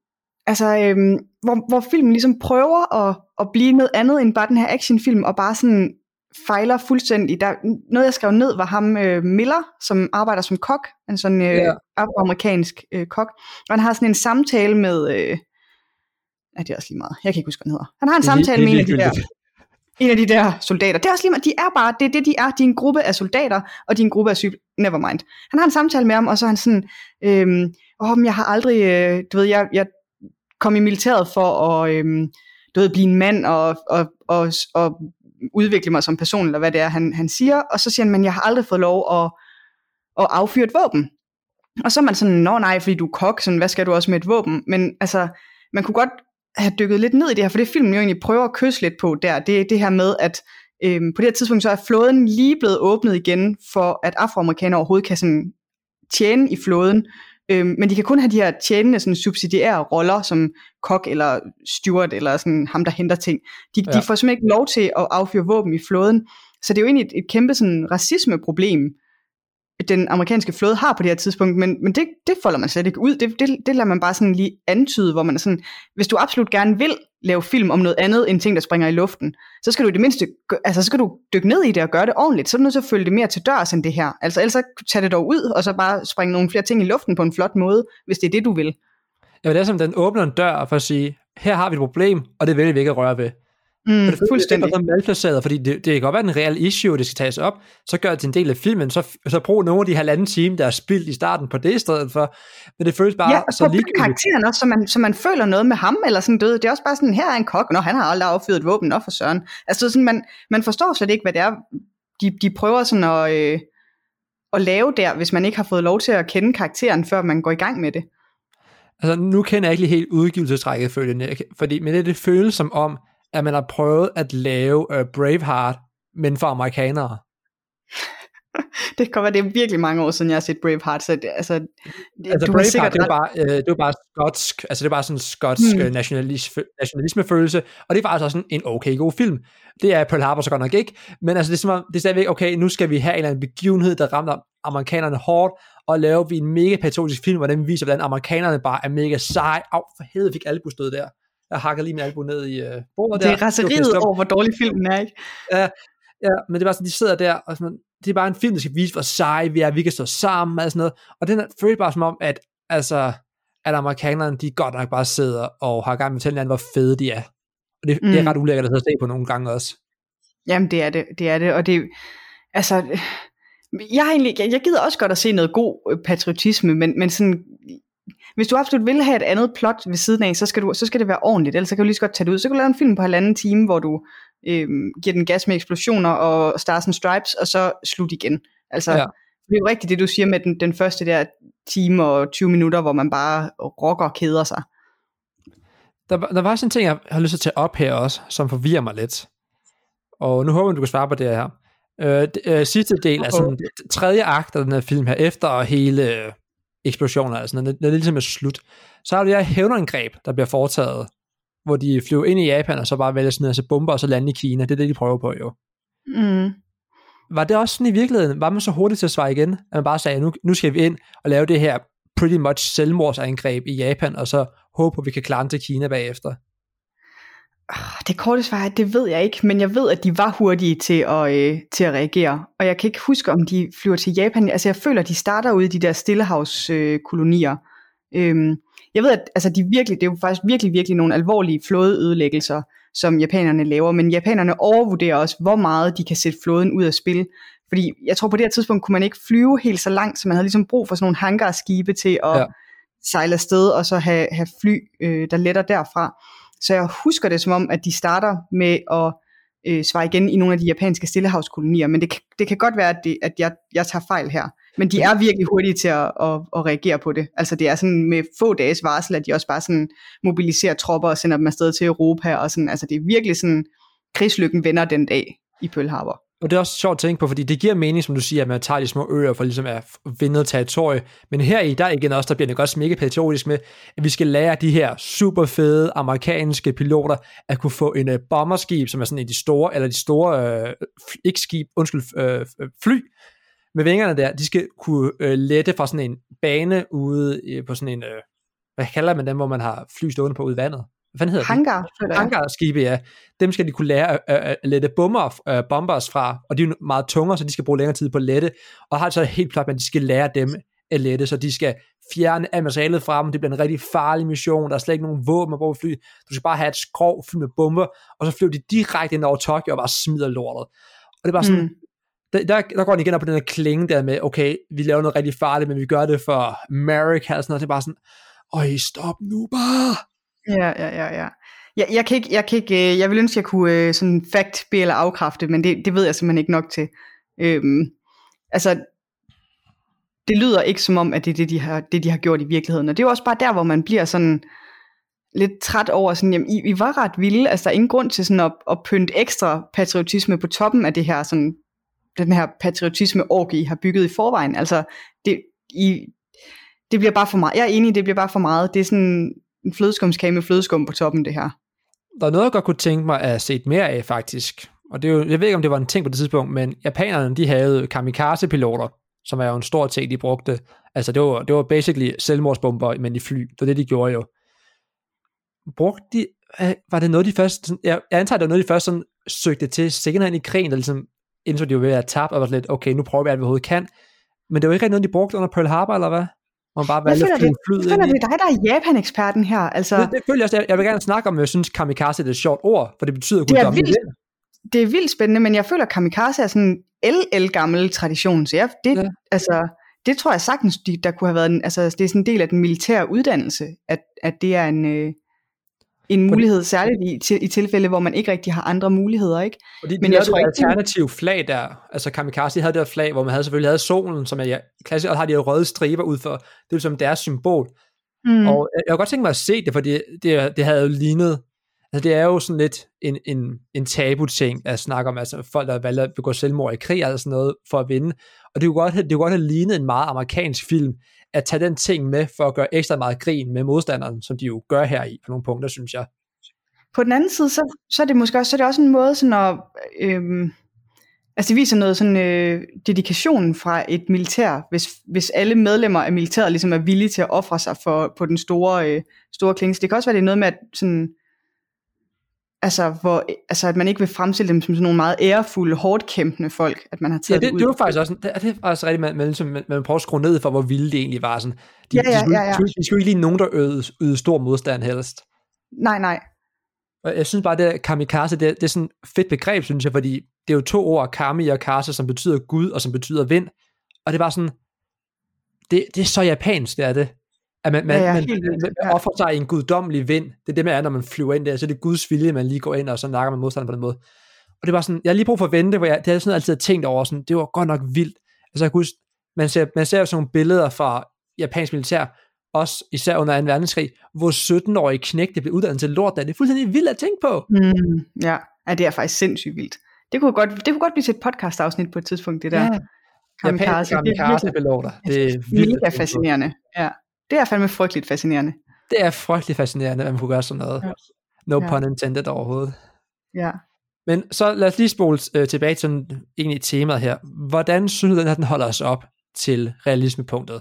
altså, øhm, hvor, hvor filmen ligesom prøver at, at blive noget andet end bare den her actionfilm, og bare sådan fejler fuldstændig. Der, noget jeg skrev ned var ham øh, Miller, som arbejder som kok, en sådan øh, yeah. afroamerikansk øh, kok, og han har sådan en samtale med, øh, ja, det er også lige meget, jeg kan ikke huske, hvad han hedder. Han har en det, samtale det, med en af de der, en af de der soldater. Det er også lige meget, de er bare, det er det, de er. De er en gruppe af soldater, og de er en gruppe af syg, nevermind. Han har en samtale med ham, og så er han sådan, øhm, åh, men jeg har aldrig, øh, du ved, jeg, jeg kom i militæret for at, øhm, du ved, blive en mand, og, og, og, og udvikle mig som person, eller hvad det er, han, han siger, og så siger han, men jeg har aldrig fået lov at, at affyre et våben. Og så er man sådan, nå nej, fordi du er kok, sådan, hvad skal du også med et våben? Men altså, man kunne godt have dykket lidt ned i det her, for det filmen jo egentlig prøver at kysse lidt på der, det er det her med, at øhm, på det her tidspunkt, så er flåden lige blevet åbnet igen, for at afroamerikanere overhovedet kan sådan tjene i flåden, øhm, men de kan kun have de her tjenende sådan subsidiære roller, som kok eller steward, eller sådan ham, der henter ting. De, ja. de får simpelthen ikke lov til at affyre våben i flåden, så det er jo egentlig et, et kæmpe sådan racismeproblem, den amerikanske flåde har på det her tidspunkt, men, men det, det folder man slet ikke ud. Det, det, det lader man bare sådan lige antyde, hvor man er sådan, hvis du absolut gerne vil lave film om noget andet end ting, der springer i luften, så skal du i det mindste, altså så skal du dykke ned i det og gøre det ordentligt, så er du nødt til at følge det mere til dørs end det her. Altså ellers så tag det dog ud, og så bare springe nogle flere ting i luften på en flot måde, hvis det er det, du vil. Ja, det er som, den åbner en dør for at sige, her har vi et problem, og det vil vi ikke røre ved. Mm, det er fuldstændig. Det er malplaceret, fordi det, det kan godt være en reel issue, det skal tages op, så gør det til en del af filmen, så, så brug nogle af de halvanden time, der er spildt i starten på det i stedet for, men det føles bare ja, så lige karakteren også, så man, så man føler noget med ham, eller sådan død. Det er også bare sådan, her er en kok, når han har aldrig affyret et våben, nå for søren. Altså sådan, man, man forstår slet ikke, hvad det er, de, de prøver sådan at, øh, at lave der, hvis man ikke har fået lov til at kende karakteren, før man går i gang med det. Altså nu kender jeg ikke lige helt udgivelsesrækkefølgen, fordi men det, det føles som om, at man har prøvet at lave uh, Braveheart, men for amerikanere. Det kan være, det er virkelig mange år siden, jeg har set Braveheart, så det, altså, det, altså du Braveheart, sikkert det er bare, øh, det er bare skotsk, altså det er bare sådan en skotsk hmm. nationalisme, nationalismefølelse, og det er faktisk også en, en okay god film. Det er Pearl Harbor så godt nok ikke, men altså det er, som, det er stadigvæk, okay, nu skal vi have en eller anden begivenhed, der rammer amerikanerne hårdt, og laver vi en mega patriotisk film, hvor den viser, hvordan amerikanerne bare er mega seje. Au, for helvede fik albustød der. Jeg hakker lige min albu ned i uh, bordet der. Det er raseriet over, hvor dårlig filmen er, ikke? Ja, ja, men det er bare sådan, de sidder der, og sådan, det er bare en film, der skal vise, hvor seje vi er, vi kan stå sammen, og sådan noget. Og den føles bare som om, at, altså, at amerikanerne, de godt nok bare sidder og har gang med at fortælle hinanden, hvor fede de er. Og det, mm. det er ret ulækkert at se på nogle gange også. Jamen, det er det, det er det, og det, altså, jeg har egentlig, jeg, jeg gider også godt at se noget god patriotisme, men, men sådan, hvis du absolut vil have et andet plot ved siden af, så skal, du, så skal det være ordentligt, ellers så kan du lige så godt tage det ud. Så kan du lave en film på halvanden time, hvor du øh, giver den gas med eksplosioner og Stars and Stripes, og så slut igen. Altså, ja. Det er jo rigtigt det, du siger med den, den første der time og tyve minutter, hvor man bare rocker og keder sig. Der, der var sådan en ting, jeg har lyst til at tage op her også, som forvirrer mig lidt. Og nu håber jeg, du kan svare på det her. Øh, det, øh, sidste del, okay. Altså tredje akt af den her film her, efter hele øh, eksplosioner, altså når det, når det ligesom er slut, så har du det her hævnerangreb, der bliver foretaget, hvor de flyver ind i Japan, og så bare vælger sådan altså bomber, og så lande i Kina. Det er det, de prøver på jo. Mm. Var det også sådan i virkeligheden? Var man så hurtigt til at svare igen, at man bare sagde, nu, nu skal vi ind og lave det her pretty much selvmordsangreb i Japan, og så håbe, at vi kan klare den til Kina bagefter? Det korte svar er, det ved jeg ikke, men jeg ved, at de var hurtige til at, øh, til at reagere, og jeg kan ikke huske, om de flyver til Japan. Altså jeg føler, at de starter ude i de der stillehavskolonier. Øh, øhm, jeg ved, at altså, de virkelig, det er jo faktisk virkelig, virkelig nogle alvorlige flådeødelæggelser, som japanerne laver, men japanerne overvurderer også, hvor meget de kan sætte flåden ud af spil. Fordi jeg tror, på det her tidspunkt kunne man ikke flyve helt så langt, så man havde ligesom brug for sådan nogle hangarskibe til at ja. sejle afsted, og så have, have fly, øh, der letter derfra. Så jeg husker det som om, at de starter med at øh, svare igen i nogle af de japanske stillehavskolonier, men det, det kan godt være, at, det, at jeg, jeg tager fejl her. Men de er virkelig hurtige til at, at, at reagere på det. Altså det er sådan med få dages varsel, at de også bare sådan mobiliserer tropper og sender dem afsted til Europa. Og sådan, altså det er virkelig sådan, krigslykken vender den dag i Pearl Harbor. Og det er også sjovt at tænke på, fordi det giver mening, som du siger, at man tager de små øer for ligesom at vinde territorie. Men her i, der igen også, der bliver det også mega patriotisk med, at vi skal lære de her super fede amerikanske piloter at kunne få en uh, bomberskib, som er sådan en af de store, eller de store, uh, ikke skib, undskyld, uh, fly, med vingerne der, de skal kunne uh, lette fra sådan en bane ude uh, på sådan en, uh, hvad kalder man dem, hvor man har fly stående på ude i vandet? Hvad fanden hedder Hangar, det? Hangarskibe, ja. Dem skal de kunne lære at, at, at lette bomber, uh, bombers fra, og de er jo meget tungere, så de skal bruge længere tid på at lette, og har så helt klart, at de skal lære dem at lette, så de skal fjerne af materialet fra dem. Det bliver en rigtig farlig mission, der er slet ikke nogen våben på fly. Du skal bare have et skrov fyldt med bomber, og så flyver de direkte ind over Tokyo og bare smider lortet. Og det er bare sådan, mm. der, der, der går den igen op på den her klinge der med, okay, vi laver noget rigtig farligt, men vi gør det for America, og sådan noget. Det er bare sådan, øj, stop nu bare. Ja, ja, ja, ja. Jeg, jeg kan ikke, jeg kan ikke, jeg vil ønske, at jeg kunne sådan fact be eller afkræfte, men det, det ved jeg simpelthen ikke nok til. Øhm, altså, det lyder ikke som om, at det er det, de har, det, de har gjort i virkeligheden. Og det er jo også bare der, hvor man bliver sådan lidt træt over, sådan, jamen, I, I var ret vilde. Altså, der er ingen grund til sådan at, at pynte ekstra patriotisme på toppen af det her, sådan, den her patriotisme-orgie, I har bygget i forvejen. Altså, det, I, det bliver bare for meget. Jeg er enig, det bliver bare for meget. Det er sådan en flødeskumskage med flødeskum på toppen, det her. Der er noget, jeg godt kunne tænke mig at have set mere af, faktisk. Og det er jo, jeg ved ikke, om det var en ting på det tidspunkt, men japanerne, de havde kamikaze-piloter, som er jo en stor ting, de brugte. Altså, det var, det var basically selvmordsbomber, men i fly. Det var det, de gjorde jo. Brugte de, var det noget, de først, sådan, jeg, jeg antager, det var noget, de først sådan, søgte til senere ind i krigen, der ligesom indså, de var ved at tabe, og var lidt, okay, nu prøver vi alt, vi overhovedet kan. Men det var ikke rigtig noget, de brugte under Pearl Harbor, eller hvad? Man bare jeg føler, det, jeg føler det er dig, der er Japan-eksperten her. Altså, det, det føler jeg også. Jeg, jeg vil gerne snakke om, at jeg synes, kamikaze er et sjovt ord, for det betyder det er, vildt, det er vildt spændende, men jeg føler, at kamikaze er sådan en el-el gammel tradition. Så jeg, det, ja. altså, det tror jeg sagtens, der kunne have været en, altså, det er sådan en del af den militære uddannelse, at, at det er en, øh, en mulighed, særligt i, til, i tilfælde, hvor man ikke rigtig har andre muligheder, ikke? Fordi men jeg tror ikke, alternativ flag der, altså kamikaze havde det her flag, hvor man havde selvfølgelig havde solen, som er ja, klassisk, og har de her røde striber ud for, det er som deres symbol. Mm. Og jeg, jeg kunne godt tænke mig at se det, fordi det, det havde jo lignet, altså det er jo sådan lidt en, en, en tabu-ting at snakke om, altså folk, der valgte at begå selvmord i krig, eller sådan noget, for at vinde. Og det kunne godt, det kunne godt have lignet en meget amerikansk film, at tage den ting med, for at gøre ekstra meget grin med modstanderen, som de jo gør her i, på nogle punkter, synes jeg. På den anden side, så, så er det måske også, så er det også en måde sådan at, øhm, altså det viser noget sådan øh, dedikation fra et militær, hvis, hvis alle medlemmer af militæret ligesom er villige til at ofre sig for, på den store, øh, store klinge. Det kan også være, det er noget med, at sådan, altså, hvor, altså at man ikke vil fremstille dem som sådan nogle meget ærefulde, hårdt kæmpende folk, at man har taget ja, det, det ud. det var faktisk også, det, det er faktisk rigtigt, man, man, man, man prøver at skrue ned for, hvor vilde det egentlig var. Sådan. De, ja, ja, de, skulle, ja, ja. de, de skulle ikke lige nogen, der øvede, øvede stor modstand helst. Nej, nej. Og jeg synes bare, det kamikaze, det, det er sådan et fedt begreb, synes jeg, fordi det er jo to ord, kami og kaze, som betyder Gud, og som betyder vind. Og det er bare sådan, det, det er så japansk, det er det. At man, man, ja, ja, man, man ja. offer sig i en guddommelig vind. Det er det, man er, når man flyver ind der. Så det er Guds vilje, man lige går ind, og så nakker man modstanderen på den måde. Og det var sådan, jeg har lige brug for at vente, hvor jeg, det har jeg sådan altid tænkt over, sådan, det var godt nok vildt. Altså jeg kunne huske, man ser, man ser jo sådan nogle billeder fra japansk militær, også især under anden verdenskrig, hvor sytten-årige knægte blev uddannet til lort, der det er fuldstændig vildt at tænke på. Mm, ja. ja, det er faktisk sindssygt vildt. Det kunne godt, det kunne godt blive til et podcast-afsnit på et tidspunkt, det der. Ja. Kamikaze, kamikaze-piloter. Det er vildt. Mega fascinerende, ja. Det er fandme frygteligt fascinerende. Det er frygteligt fascinerende, at man kunne gøre sådan noget. Ja. No ja. pun intended overhovedet. Ja. Men så lad os lige spole øh, tilbage til sådan, egentlig temaet her. Hvordan synes du, at den holder os op til realismepunktet?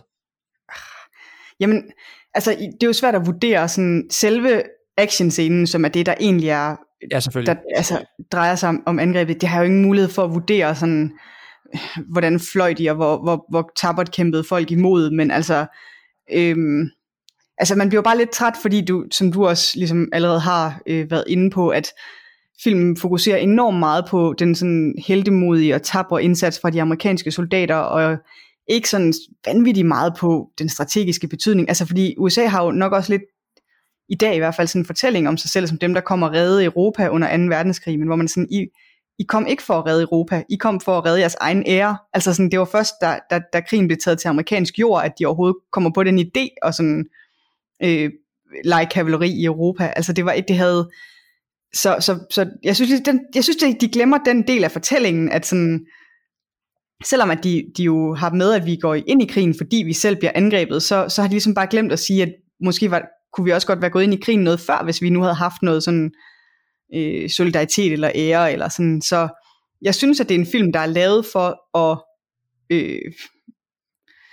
Jamen, altså, det er jo svært at vurdere sådan selve actionscenen, som er det, der egentlig er, ja, selvfølgelig. Der altså, drejer sig om, om angrebet. Det har jo ingen mulighed for at vurdere sådan, hvordan fløj de, og hvor, hvor, hvor tappert kæmpede folk imod, men altså, øhm, altså man bliver bare lidt træt, fordi du, som du også ligesom allerede har øh, været inde på, at filmen fokuserer enormt meget på den sådan heldemodige og tapre indsats fra de amerikanske soldater, og ikke sådan vanvittigt meget på den strategiske betydning, altså fordi U S A har jo nok også lidt, i dag i hvert fald, sådan en fortælling om sig selv, som dem, der kommer og redde Europa under anden verdenskrig, men hvor man sådan, I, I kom ikke for at redde Europa, I kom for at redde jeres egen ære, altså sådan, det var først, da, da, da krigen blev taget til amerikansk jord, at de overhovedet kommer på den idé, og sådan, øh, lege kavaleri i Europa, altså det var et, det havde, så, så, så jeg synes, den, jeg synes det, de glemmer den del af fortællingen, at sådan, selvom at de, de jo har med, at vi går ind i krigen, fordi vi selv bliver angrebet, så, så har de ligesom bare glemt at sige, at måske var, kunne vi også godt være gået ind i krigen noget før, hvis vi nu havde haft noget sådan øh, solidaritet eller ære, eller sådan. Så jeg synes, at det er en film, der er lavet for at, øh,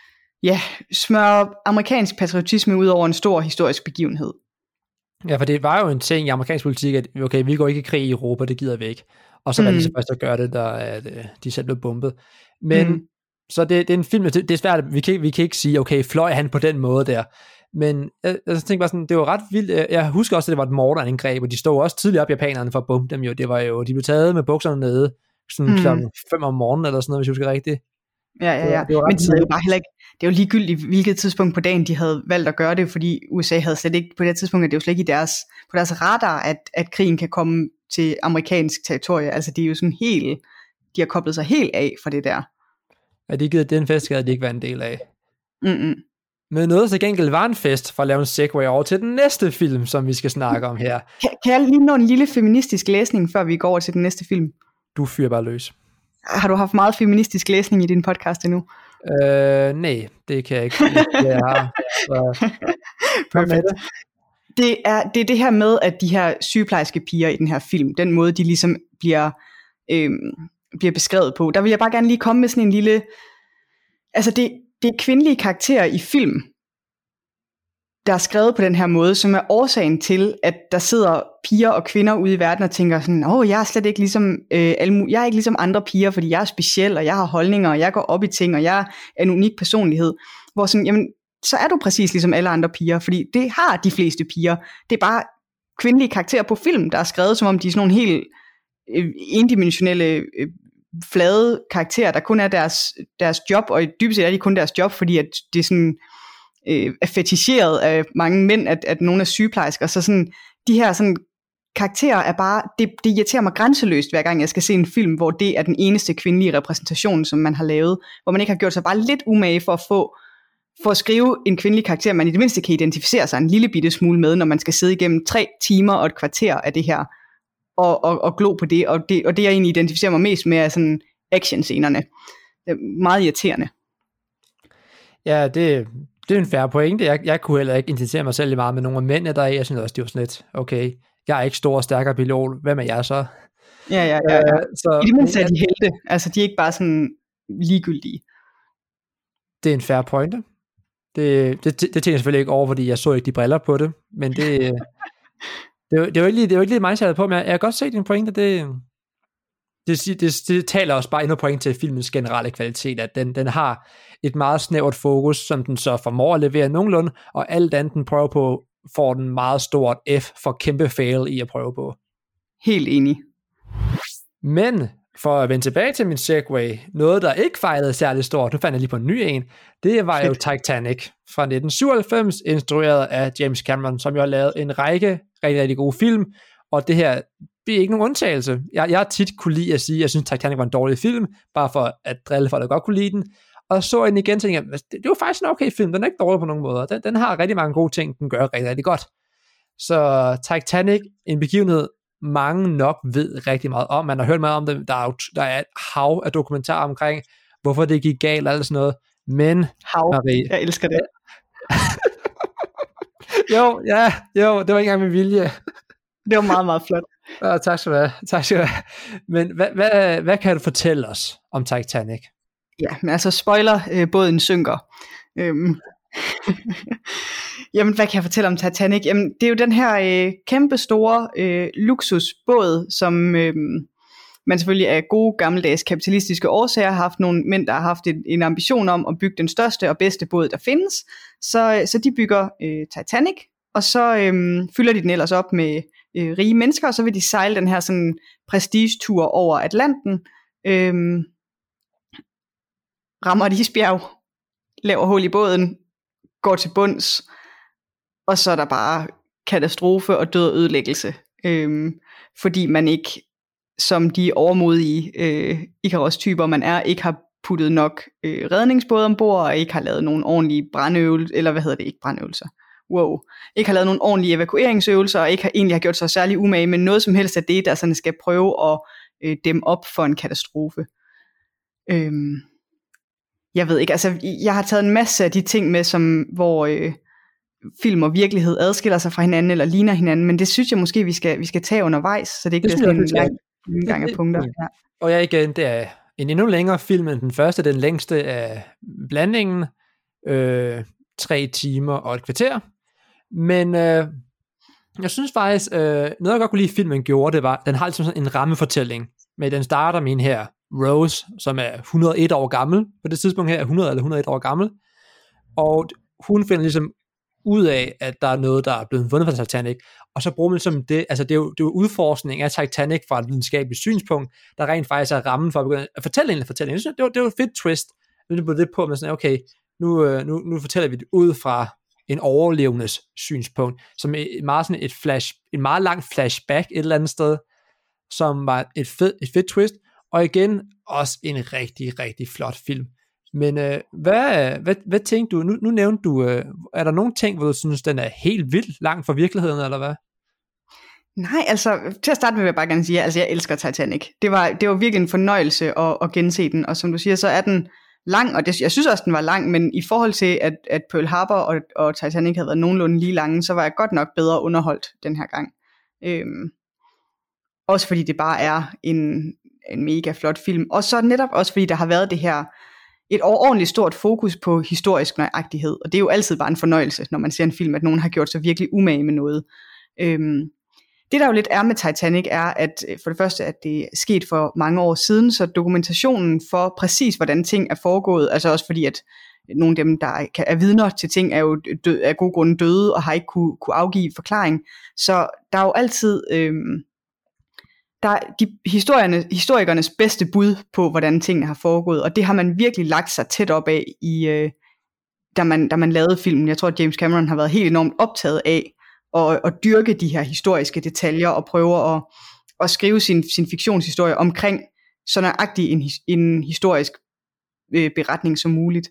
ja, smøre amerikansk patriotisme ud over en stor historisk begivenhed. Ja, for det var jo en ting i amerikansk politik, at okay, vi går ikke i krig i Europa, det gider vi ikke. Og så mm. valgte de så først at gøre det, der at de selv blev bombet. Men mm. så det, det er en film, det, det er svært, vi kan, vi kan ikke sige, okay, fløj han på den måde der. Men jeg, jeg tænkte bare sådan, det var ret vildt. Jeg husker også, at det var et morderangreb, og de stod også tidligt op, japanerne, for at bombe dem jo. Det var jo, de blev taget med bukserne nede, sådan mm. klokken fem om morgenen, eller sådan noget, hvis jeg husker rigtigt. Ja, ja, ja. Det, det men det er jo bare heller ikke, det er jo ligegyldigt, hvilket tidspunkt på dagen de havde valgt at gøre det, fordi U S A havde slet ikke, på det tidspunkt, at det er jo slet ikke i deres, på deres radar, at, at krigen kan komme til amerikansk territorie. Altså det er jo sådan helt, de har koblet sig helt af fra det der. Ja, de givet den fest, havde de ikke været en del af. Mm-mm. Men noget så gengæld var en fest, for at lave en segue over til den næste film, som vi skal snakke om her. Kan, kan jeg lige nå en lille feministisk læsning, før vi går over til den næste film? Du fyrer bare løs. Har du haft meget feministisk læsning i din podcast endnu? Øh, nej, det kan jeg ikke. Jeg har. Så, perfekt. Det er, det er det her med, at de her sygeplejerske piger i den her film, den måde, de ligesom bliver, øhm, bliver beskrevet på, der vil jeg bare gerne lige komme med sådan en lille... Altså, det, det er kvindelige karakterer i film, der er skrevet på den her måde, som er årsagen til, at der sidder piger og kvinder ude i verden og tænker sådan, åh, jeg er slet ikke ligesom, øh, jeg er ikke ligesom andre piger, fordi jeg er speciel, og jeg har holdninger, og jeg går op i ting, og jeg er en unik personlighed. Hvor sådan, jamen, så er du præcis ligesom alle andre piger, fordi det har de fleste piger. Det er bare kvindelige karakterer på film, der er skrevet, som om de er sådan nogle helt øh, endimensionelle, øh, flade karakterer, der kun er deres, deres job, og dybest set er de kun deres job, fordi at det er sådan... Øh, er feticheret af mange mænd, at, at nogle er sygeplejersker, så sådan, de her sådan, karakterer er bare, det, det irriterer mig grænseløst, hver gang jeg skal se en film, hvor det er den eneste kvindelige repræsentation, som man har lavet, hvor man ikke har gjort sig bare lidt umage for at få, for at skrive en kvindelig karakter, man i det mindste kan identificere sig en lille bitte smule med, når man skal sidde igennem tre timer og et kvarter af det her, og, og, og glo på det, og det, og det jeg egentlig identificerer mig mest med, er sådan actionscenerne. Det er meget irriterende. Ja, det Det er en fair pointe. Jeg, jeg kunne heller ikke identificere mig selv meget med nogle af mændene, der er i. Jeg synes også, det var sådan lidt, okay, jeg er ikke stor og stærkere pilot. Hvem er jeg så? Ja, ja, ja. ja. Uh, så, I det mindste er de helte. Altså, de er ikke bare sådan ligegyldige. Det er en fair pointe. Det, det, det tænker jeg selvfølgelig ikke over, fordi jeg så ikke de briller på det. Men det, det, det, det var ikke lige, det var ikke lige mig, jeg havde på, men jeg, jeg kan godt se din pointe. Det, det, det, det taler også bare endnu point til filmens generelle kvalitet, at den, den har et meget snævert fokus, som den så formår at levere nogenlunde, og alt andet den prøver på, får den meget stort F for kæmpe fail i at prøve på. Helt enig. Men for at vende tilbage til min segue, noget der ikke fejlede særlig stort, nu fandt jeg lige på en ny en, det var jo Titanic fra nitten syvoghalvfems, instrueret af James Cameron, som jo har lavet en række rigtig, rigtig gode film, og det her, det er ikke nogen undtagelse. Jeg, jeg har tit kunne lide at sige, at jeg synes Titanic var en dårlig film, bare for at drille folk, der godt kunne lide den, og så den igen, tænkte jeg, det, det var faktisk en okay film, den er ikke dårlig på nogen måder, den, den har rigtig mange gode ting, den gør rigtig, rigtig godt. Så Titanic, en begivenhed, mange nok ved rigtig meget om, man har hørt meget om det, der er, jo, der er et hav af dokumentarer omkring, hvorfor det gik galt og alt sådan noget, men hav, Marie, jeg elsker det. jo, ja, jo, det var ikke engang med vilje. Det var meget, meget flot. Ja, tak skal du have, tak skal du have. Men hvad, hvad, hvad kan du fortælle os om Titanic? Ja, men altså spoiler, øh, båden synker. Øhm. Jamen, hvad kan jeg fortælle om Titanic? Jamen, det er jo den her øh, kæmpe store øh, luksusbåd, som øh, man selvfølgelig af gode gammeldags kapitalistiske årsager har haft nogle mænd, der har haft en, en ambition om at bygge den største og bedste båd, der findes. Så, så de bygger øh, Titanic, og så øh, fylder de den ellers op med øh, rige mennesker, og så vil de sejle den her sådan prestigetur over Atlanten, øh, rammer et isbjerg, laver hul i båden, går til bunds, og så er der bare katastrofe og død og ødelæggelse, øhm, fordi man ikke, som de overmodige øh, Icarus-typer man er, ikke har puttet nok øh, redningsbåde ombord, og ikke har lavet nogen ordentlige brandøvelser, eller hvad hedder det, ikke brandøvelser, wow, ikke har lavet nogen ordentlige evakueringsøvelser, og ikke har, egentlig har gjort sig særlig umage, men noget som helst af det, der sådan skal prøve at øh, dæmme op for en katastrofe. Øhm, Jeg ved ikke, altså jeg har taget en masse af de ting med, som, hvor øh, film og virkelighed adskiller sig fra hinanden, eller ligner hinanden, men det synes jeg måske, vi skal, vi skal tage undervejs, så det ikke det bliver sådan en lang gennemgang af punkter. Ja. Og jeg igen, det er en endnu længere film end den første, den længste af blandingen, øh, tre timer og et kvarter. Men øh, jeg synes faktisk, øh, noget jeg godt kunne lide filmen gjorde, det var, den har ligesom sådan en rammefortælling, men den starter med en her, Rose, som er et hundrede og et år gammel, på det tidspunkt her er hundrede eller et hundrede og et år gammel, og hun finder ligesom ud af, at der er noget, der er blevet fundet fra Titanic, og så bruger man ligesom det, altså det er jo, det er jo udforskning af Titanic fra et videnskabeligt synspunkt, der rent faktisk er rammen for at begynde at fortælle en fortælling. Det var, det var et fedt twist, nu er det på, at man sådan, okay, nu, nu, nu fortæller vi det ud fra en overlevendes synspunkt, som er meget sådan et flash, en meget lang flashback et eller andet sted, som var et fedt, et fedt twist, og igen, også en rigtig, rigtig flot film. Men øh, hvad, hvad, hvad tænkte du, nu, nu nævnte du, øh, er der nogle ting, hvor du synes, den er helt vildt langt fra virkeligheden, eller hvad? Nej, altså, til at starte med vil jeg bare gerne sige, altså jeg elsker Titanic. Det var, det var virkelig en fornøjelse at, at gense den, og som du siger, så er den lang, og det, jeg synes også, den var lang, men i forhold til, at, at Pearl Harbor og, og Titanic havde været nogenlunde lige lange, så var jeg godt nok bedre underholdt den her gang. Øhm, også fordi det bare er en, en mega flot film, og så netop også fordi der har været det her, et overordentligt stort fokus på historisk nøjagtighed, og det er jo altid bare en fornøjelse, når man ser en film, at nogen har gjort sig virkelig umage med noget. Øhm, det der jo lidt er med Titanic er, at for det første, at det er sket for mange år siden, så dokumentationen for præcis, hvordan ting er foregået, altså også fordi, at nogle af dem, der er vidner til ting, er jo død, af gode grunde døde, og har ikke kunne, kunne afgive forklaring, så der er jo altid... Øhm, der er de historierne, historikernes bedste bud på, hvordan tingene har foregået, og det har man virkelig lagt sig tæt op af, i, øh, da, man, da man lavede filmen. Jeg tror, at James Cameron har været helt enormt optaget af at, at dyrke de her historiske detaljer, og prøve at, at skrive sin, sin fiktionshistorie omkring så nøjagtig en, en historisk øh, beretning som muligt.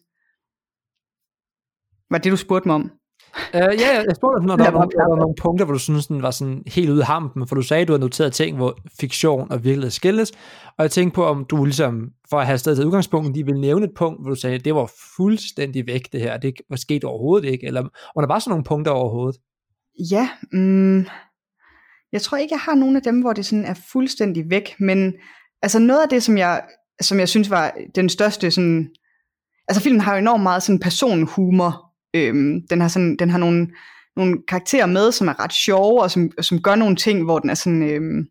Var det, du spurgte mig om? Uh, ja, jeg spurgte, når der, der, var, der var nogle punkter, hvor du synes, den var sådan helt ude af hampen, for du sagde, at du havde noteret ting, hvor fiktion og virkelighed skilles, og jeg tænkte på, om du ligesom, for at have stedet til udgangspunktet, de ville nævne et punkt, hvor du sagde, at det var fuldstændig væk, det her, det var sket overhovedet ikke, eller om der var sådan nogle punkter overhovedet? Ja, mm, jeg tror ikke, jeg har nogen af dem, hvor det sådan er fuldstændig væk, men altså noget af det, som jeg, som jeg synes var den største sådan, altså filmen har jo enormt meget sådan personhumor. Øhm, den har sådan, den har nogle, nogle karakterer med, som er ret sjove, og som, som gør nogle ting, hvor den er sådan, øhm,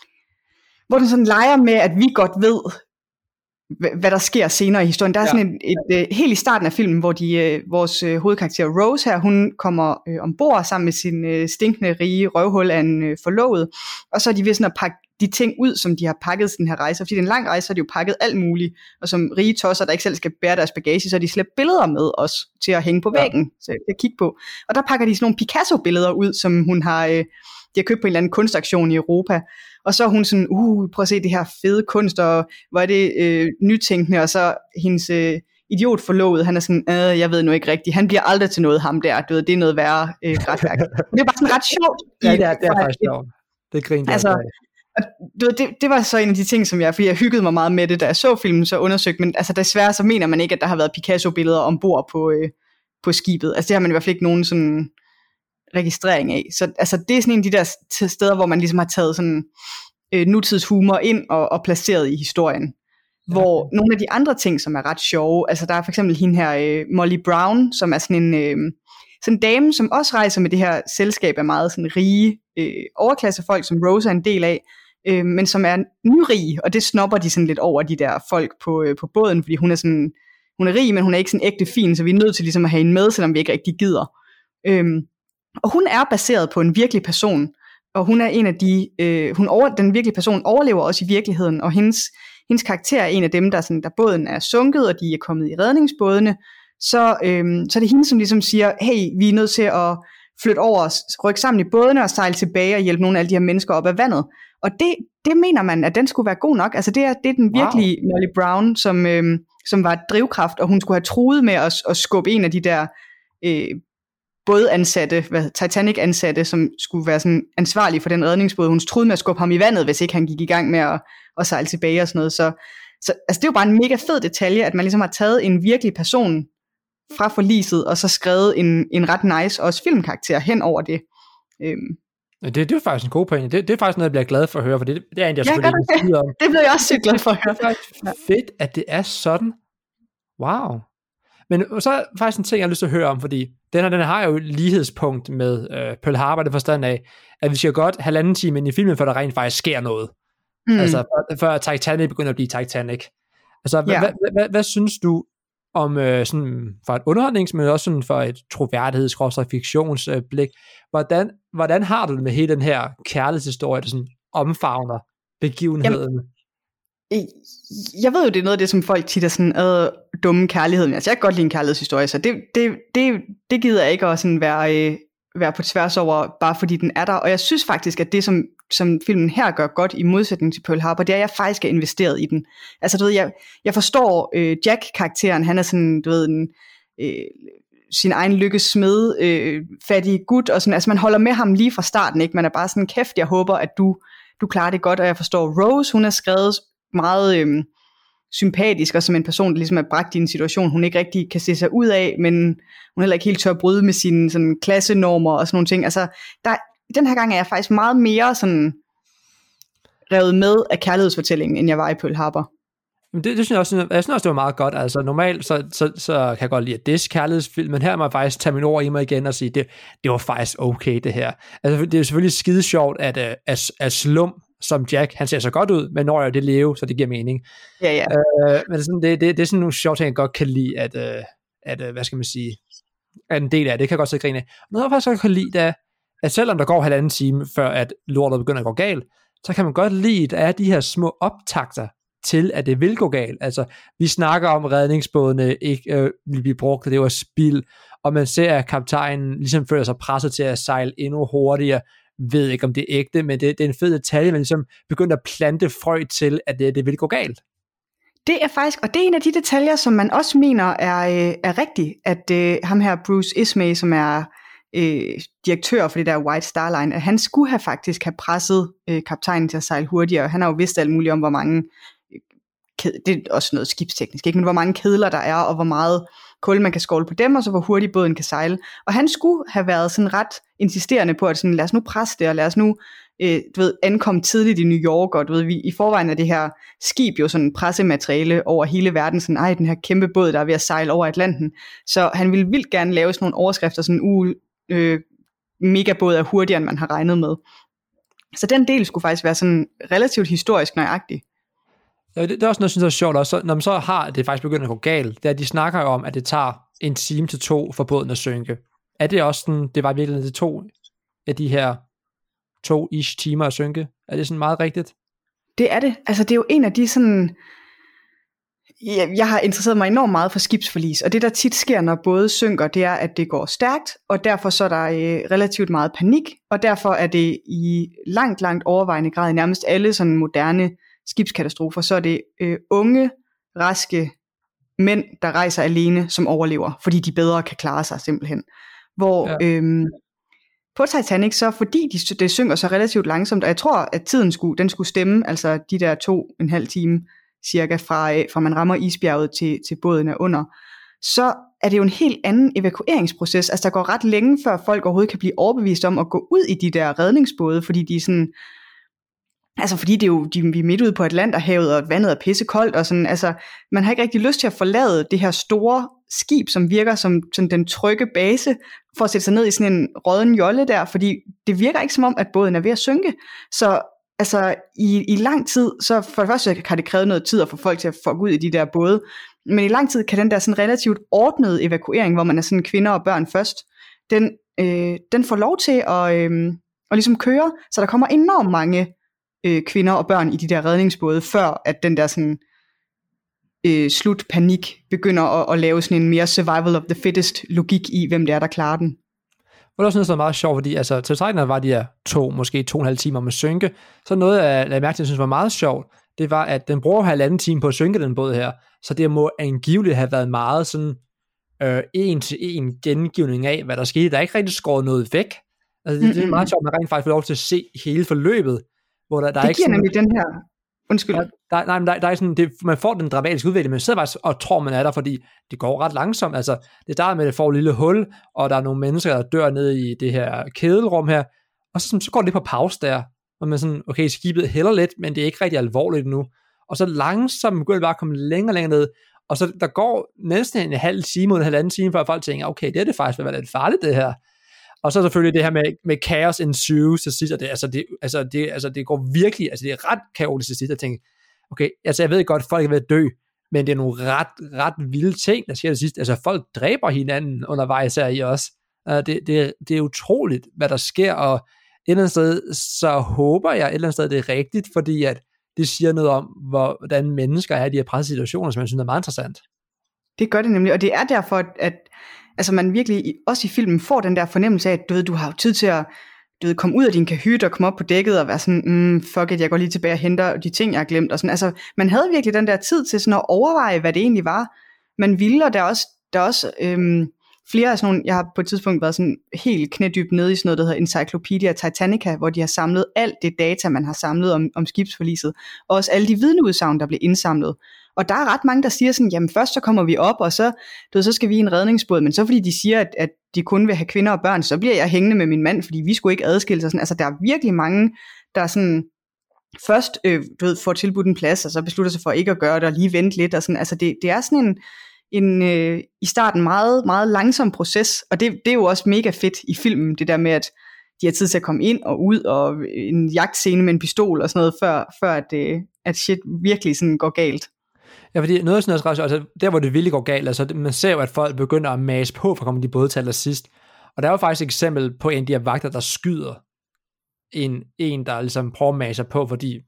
hvor den sådan leger med, at vi godt ved, hvad, hvad der sker senere i historien. Der er ja. sådan et, et, et, helt i starten af filmen, hvor de, øh, vores øh, hovedkarakter Rose her, hun kommer øh, ombord sammen med sin øh, stinkende rige røvhul af en øh, forlovet, og så er de ved sådan at pakke de ting ud, som de har pakket den her rejse. Fordi det er en lang rejse, så har de jo pakket alt muligt, og som rige tosser, der ikke selv skal bære deres bagage, så har de slæbt billeder med os til at hænge på væggen, ja. Så jeg kan kigge på. Og der pakker de sådan nogle Picasso-billeder ud, som hun har, øh, de har købt på en eller anden kunstaktion i Europa. Og så er hun sådan, uh, prøv at se det her fede kunst, og hvor er det øh, nytænkende, og så hendes øh, idiot forlovet, han er sådan, øh, jeg ved nu ikke rigtigt, han bliver aldrig til noget, ham der, du ved, det er noget værre øh, retværk. Det er bare sådan ret sjovt. Ja, det er, det er faktisk sjovt. Det griner altså, det, det var så en af de ting, som jeg, fordi jeg hyggede mig meget med det, da jeg så filmen, så undersøgte, men altså desværre så mener man ikke, at der har været Picasso-billeder ombord på, øh, på skibet. Altså det har man i hvert fald ikke nogen sådan registrering af. Så altså det er sådan en af de der steder, hvor man ligesom har taget sådan øh, nutidshumor ind og, og placeret i historien. Hvor okay. Nogle af de andre ting, som er ret sjove, altså der er for eksempel hende her, øh, Molly Brown, som er sådan en, øh, sådan en dame, som også rejser med det her selskab af meget sådan rige øh, overklassefolk, som Rose er en del af, øh, men som er nyrige, og det snopper de sådan lidt over de der folk på, øh, på båden, fordi hun er sådan, hun er rig, men hun er ikke sådan ægte fin, så vi er nødt til ligesom at have hende med, selvom vi ikke rigtig gider. Øhm, og hun er baseret på en virkelig person, og hun er en af de, øh, hun over, den virkelige person overlever også i virkeligheden, og hendes, hendes karakter er en af dem, der, sådan, der båden er sunket, og de er kommet i redningsbådene, så, øhm, så er det hende, som ligesom siger, hey, vi er nødt til at flytte over, rykke sammen i bådene og sejle tilbage og hjælpe nogle af alle de her mennesker op af vandet. Og det, det mener man, at den skulle være god nok. Altså det er, det er den virkelige wow. Molly Brown, som, øhm, som var et drivkraft, og hun skulle have truet med at, at skubbe en af de der øh, bådansatte, hvad, Titanic-ansatte, som skulle være sådan ansvarlig for den redningsbåd. Hun truede med at skubbe ham i vandet, hvis ikke han gik i gang med at, at sejle tilbage og sådan noget. Så, så altså, det er jo bare en mega fed detalje, at man ligesom har taget en virkelig person fra forliset, og så skrevet en, en ret nice også filmkarakter hen over det. Øhm. Det, det er jo faktisk en god pointe. Det, det er faktisk noget, jeg bliver glad for at høre, for det, det er en, jeg ja, selvfølgelig ikke siger om. Det bliver jeg også sygt glad for at høre. Det er faktisk fedt, at det er sådan. Wow. Men så er faktisk en ting, jeg har lyst til at høre om, fordi den her, den har jo et lighedspunkt med øh, Pearl Harbor, det forstand af, at vi skal godt halvanden time ind i filmen, før der rent faktisk sker noget. Mm. Altså, før, før Titanic begynder at blive Titanic. Altså, yeah. hvad, hvad, hvad, hvad synes du om øh, sådan for et underholdnings, men også sådan for et troværdigheds-fiktionsblik, hvordan, hvordan har du det med hele den her kærlighedshistorie, der sådan omfavner begivenheden? Jamen, jeg ved jo, det er noget af det, som folk tit er sådan, øh, dumme kærlighed. Altså, jeg kan godt lide en kærlighedshistorie, så det, det, det, det gider jeg ikke at sådan være, øh, være på tværs over, bare fordi den er der. Og jeg synes faktisk, at det, som, som filmen her gør godt, i modsætning til Pearl Harbor, det er, at jeg faktisk er investeret i den. Altså, du ved, jeg, jeg forstår øh, Jack-karakteren, han er sådan, du ved, en, øh, sin egen lykkes smed, øh, fattig gut, og sådan, altså man holder med ham lige fra starten, ikke? Man er bare sådan, kæft, jeg håber, at du, du klarer det godt, og jeg forstår Rose, hun er skrevet meget øh, sympatisk, og som en person, der ligesom er bragt i en situation, hun ikke rigtig kan se sig ud af, men hun heller ikke helt tør at bryde med sine sådan, klassenormer og sådan nogle ting. Altså, der, den her gang er jeg faktisk meget mere sådan revet med af kærlighedsfortællingen, end jeg var i Pearl Harbor. Det, det synes jeg også, jeg synes også, det var meget godt. Altså normalt, så, så, så kan jeg godt lide at diss kærlighedsfilm, men her må jeg faktisk tage min ord i mig igen og sige, det, det var faktisk okay, det her. Altså, det er selvfølgelig skide sjovt, at, at, at Slum, som Jack, han ser så godt ud, men når jeg det leve, så det giver mening. Ja, ja. Øh, men sådan, det, det, det er sådan nogle sjove ting, jeg godt kan lide, at, at, hvad skal man sige, at en del af det kan jeg godt så grine af. Noget jeg faktisk godt kan lide, er, at selvom der går halvanden time, før at lortet begynder at gå galt, så kan man godt lide, at der er de her små optakter til, at det vil gå galt. Altså, vi snakker om, redningsbådene ikke øh, vil blive brugt, og det var spild, og man ser, at kaptajnen ligesom føler sig presset til at sejle endnu hurtigere, ved ikke, om det er ægte, men det, det er en fed detalje, man ligesom begynder at plante frø til, at det, det vil gå galt. Det er faktisk, og det er en af de detaljer, som man også mener er, øh, er rigtigt, at øh, ham her Bruce Ismay, som er øh, direktør for det der White Star Line, at han skulle have faktisk have presset øh, kaptajnen til at sejle hurtigere. Han har jo vidst alt muligt om, hvor mange, øh, det er også noget skibsteknisk, ikke? Men hvor mange kedler der er, og hvor meget kul man kan skåle på dem, og så hvor hurtigt båden kan sejle. Og han skulle have været sådan ret insisterende på, at sådan, lad os nu presse det, og lad os nu øh, du ved, ankomme tidligt i New York, og du ved, vi, i forvejen er det her skib jo sådan pressemateriale over hele verden, sådan, ej, den her kæmpe båd, der er ved at sejle over Atlanten. Så han ville vildt gerne lave sådan nogle overskrifter, sådan, uh, øh, megabåd er hurtigere, end man har regnet med. Så den del skulle faktisk være sådan relativt historisk nøjagtig. Ja, det, det er også noget, jeg synes er sjovt, også, når man så har det faktisk begyndt at gå galt, det er, at de snakker jo om, at det tager en time til to for båden at synke. Er det også sådan, det var virkelig til to af de her to-ish timer at synke? Er det sådan meget rigtigt? Det er det. Altså det er jo en af de sådan, jeg, jeg har interesseret mig enormt meget for skibsforlis, og det der tit sker, når både synker, det er, at det går stærkt, og derfor så er der øh, relativt meget panik, og derfor er det i langt, langt overvejende grad i nærmest alle sådan moderne skibskatastrofer, så er det øh, unge, raske mænd, der rejser alene, som overlever, fordi de bedre kan klare sig simpelthen. Hvor ja. øhm, på Titanic, så fordi de, det synker så relativt langsomt, og jeg tror, at tiden skulle, den skulle stemme, altså de der to og en halv time cirka, fra, fra man rammer isbjerget til, til båden er under, så er det jo en helt anden evakueringsproces. Altså der går ret længe, før folk overhovedet kan blive overbevist om at gå ud i de der redningsbåde, fordi de er sådan, altså fordi det er jo, de, vi er midt ude på Atlanterhavet, og vandet er pissekoldt, og sådan, altså man har ikke rigtig lyst til at forlade det her store skib, som virker som sådan den trygge base, for at sætte sig ned i sådan en rådden jolle der, fordi det virker ikke som om, at båden er ved at synke. Så altså i, i lang tid, så for det første har det krævet noget tid at få folk til at få ud i de der både, men i lang tid kan den der sådan relativt ordnede evakuering, hvor man er sådan kvinder og børn først, den, øh, den får lov til at, øh, at ligesom køre, så der kommer enormt mange øh, kvinder og børn i de der redningsbåde, før at den der sådan øh, slutpanik begynder at, at lave sådan en mere survival of the fittest logik i, hvem det er, der klarer den. Det var også noget, som er meget sjovt, fordi altså, til Titanic var de her to, måske to og en halv timer med synke, så noget af, jeg mærke, jeg synes var meget sjovt, det var, at den bruger halvanden time på at synke den båd her, så det må angiveligt have været meget sådan øh, en til en gengivning af, hvad der skete. Der er ikke rigtig skåret noget væk. Altså, det, det er meget sjovt, at man rent faktisk får lov til at se hele forløbet, hvor der, der det er ikke giver sådan, nemlig den her, undskyld. Der, der, nej, men der, der er sådan, det, man får den dramatiske udvikling, men sidder faktisk og tror, man er der, fordi det går ret langsomt. Altså, det starter med, at det får et lille hul, og der er nogle mennesker, der dør nede i det her kedelrum her, og så, så går det lidt på pause der, hvor man sådan, okay, skibet hælder lidt, men det er ikke rigtig alvorligt nu. Og så langsomt begynder det bare at komme længere og længere ned, og så der går næsten en halv time, en halvanden time, før folk tænker, okay, det er det faktisk, hvad er lidt farligt det her. Og så selvfølgelig det her med, med chaos ensues til sidst, og det, altså, det, altså, det, altså, det går virkelig, altså det er ret kaotisk til sidst, at tænke, okay, altså jeg ved godt, folk er ved at dø, men det er nogle ret, ret vilde ting, der sker til sidst. Altså folk dræber hinanden undervejs her i os. Uh, det, det, det er utroligt, hvad der sker, og et eller andet sted, så håber jeg et eller andet sted, det er rigtigt, fordi at det siger noget om, hvordan mennesker er i de her pressede situationer, som jeg synes er meget interessant. Det gør det nemlig, og det er derfor, at altså man virkelig, også i filmen, får den der fornemmelse af, at du, ved, du har tid til at du ved, komme ud af din kahyt og komme op på dækket og være sådan, mm, fuck it, jeg går lige tilbage og henter de ting, jeg har glemt. Og sådan. Altså, man havde virkelig den der tid til sådan at overveje, hvad det egentlig var, man ville, og der er også, der er også øhm, flere af sådan nogle, jeg har på et tidspunkt været sådan helt knædybt nede i sådan noget, der hedder Encyclopedia Titanica, hvor de har samlet alt det data, man har samlet om, om skibsforliset, og også alle de vidneudsagn, der blev indsamlet. Og der er ret mange, der siger sådan, jamen først så kommer vi op, og så, du ved, så skal vi i en redningsbåd, men så fordi de siger, at, at de kun vil have kvinder og børn, så bliver jeg hængende med min mand, fordi vi skulle ikke adskille sig. Sådan. Altså der er virkelig mange, der sådan først øh, du ved, får tilbudt en plads, og så beslutter sig for ikke at gøre det, og lige vente lidt. Og sådan. Altså det, det er sådan en, en øh, i starten meget, meget langsom proces, og det, det er jo også mega fedt i filmen, det der med, at de har tid til at komme ind og ud, og en jagtscene med en pistol og sådan noget, før, før at, øh, at shit virkelig sådan går galt. Ja, fordi noget sådan noget, altså der hvor det virkelig går galt, altså man ser jo, at folk begynder at mase på, for at komme de både til allersidst. Og der er jo faktisk et eksempel på en af de her vagter, der skyder en, en der ligesom prøver at mase på, fordi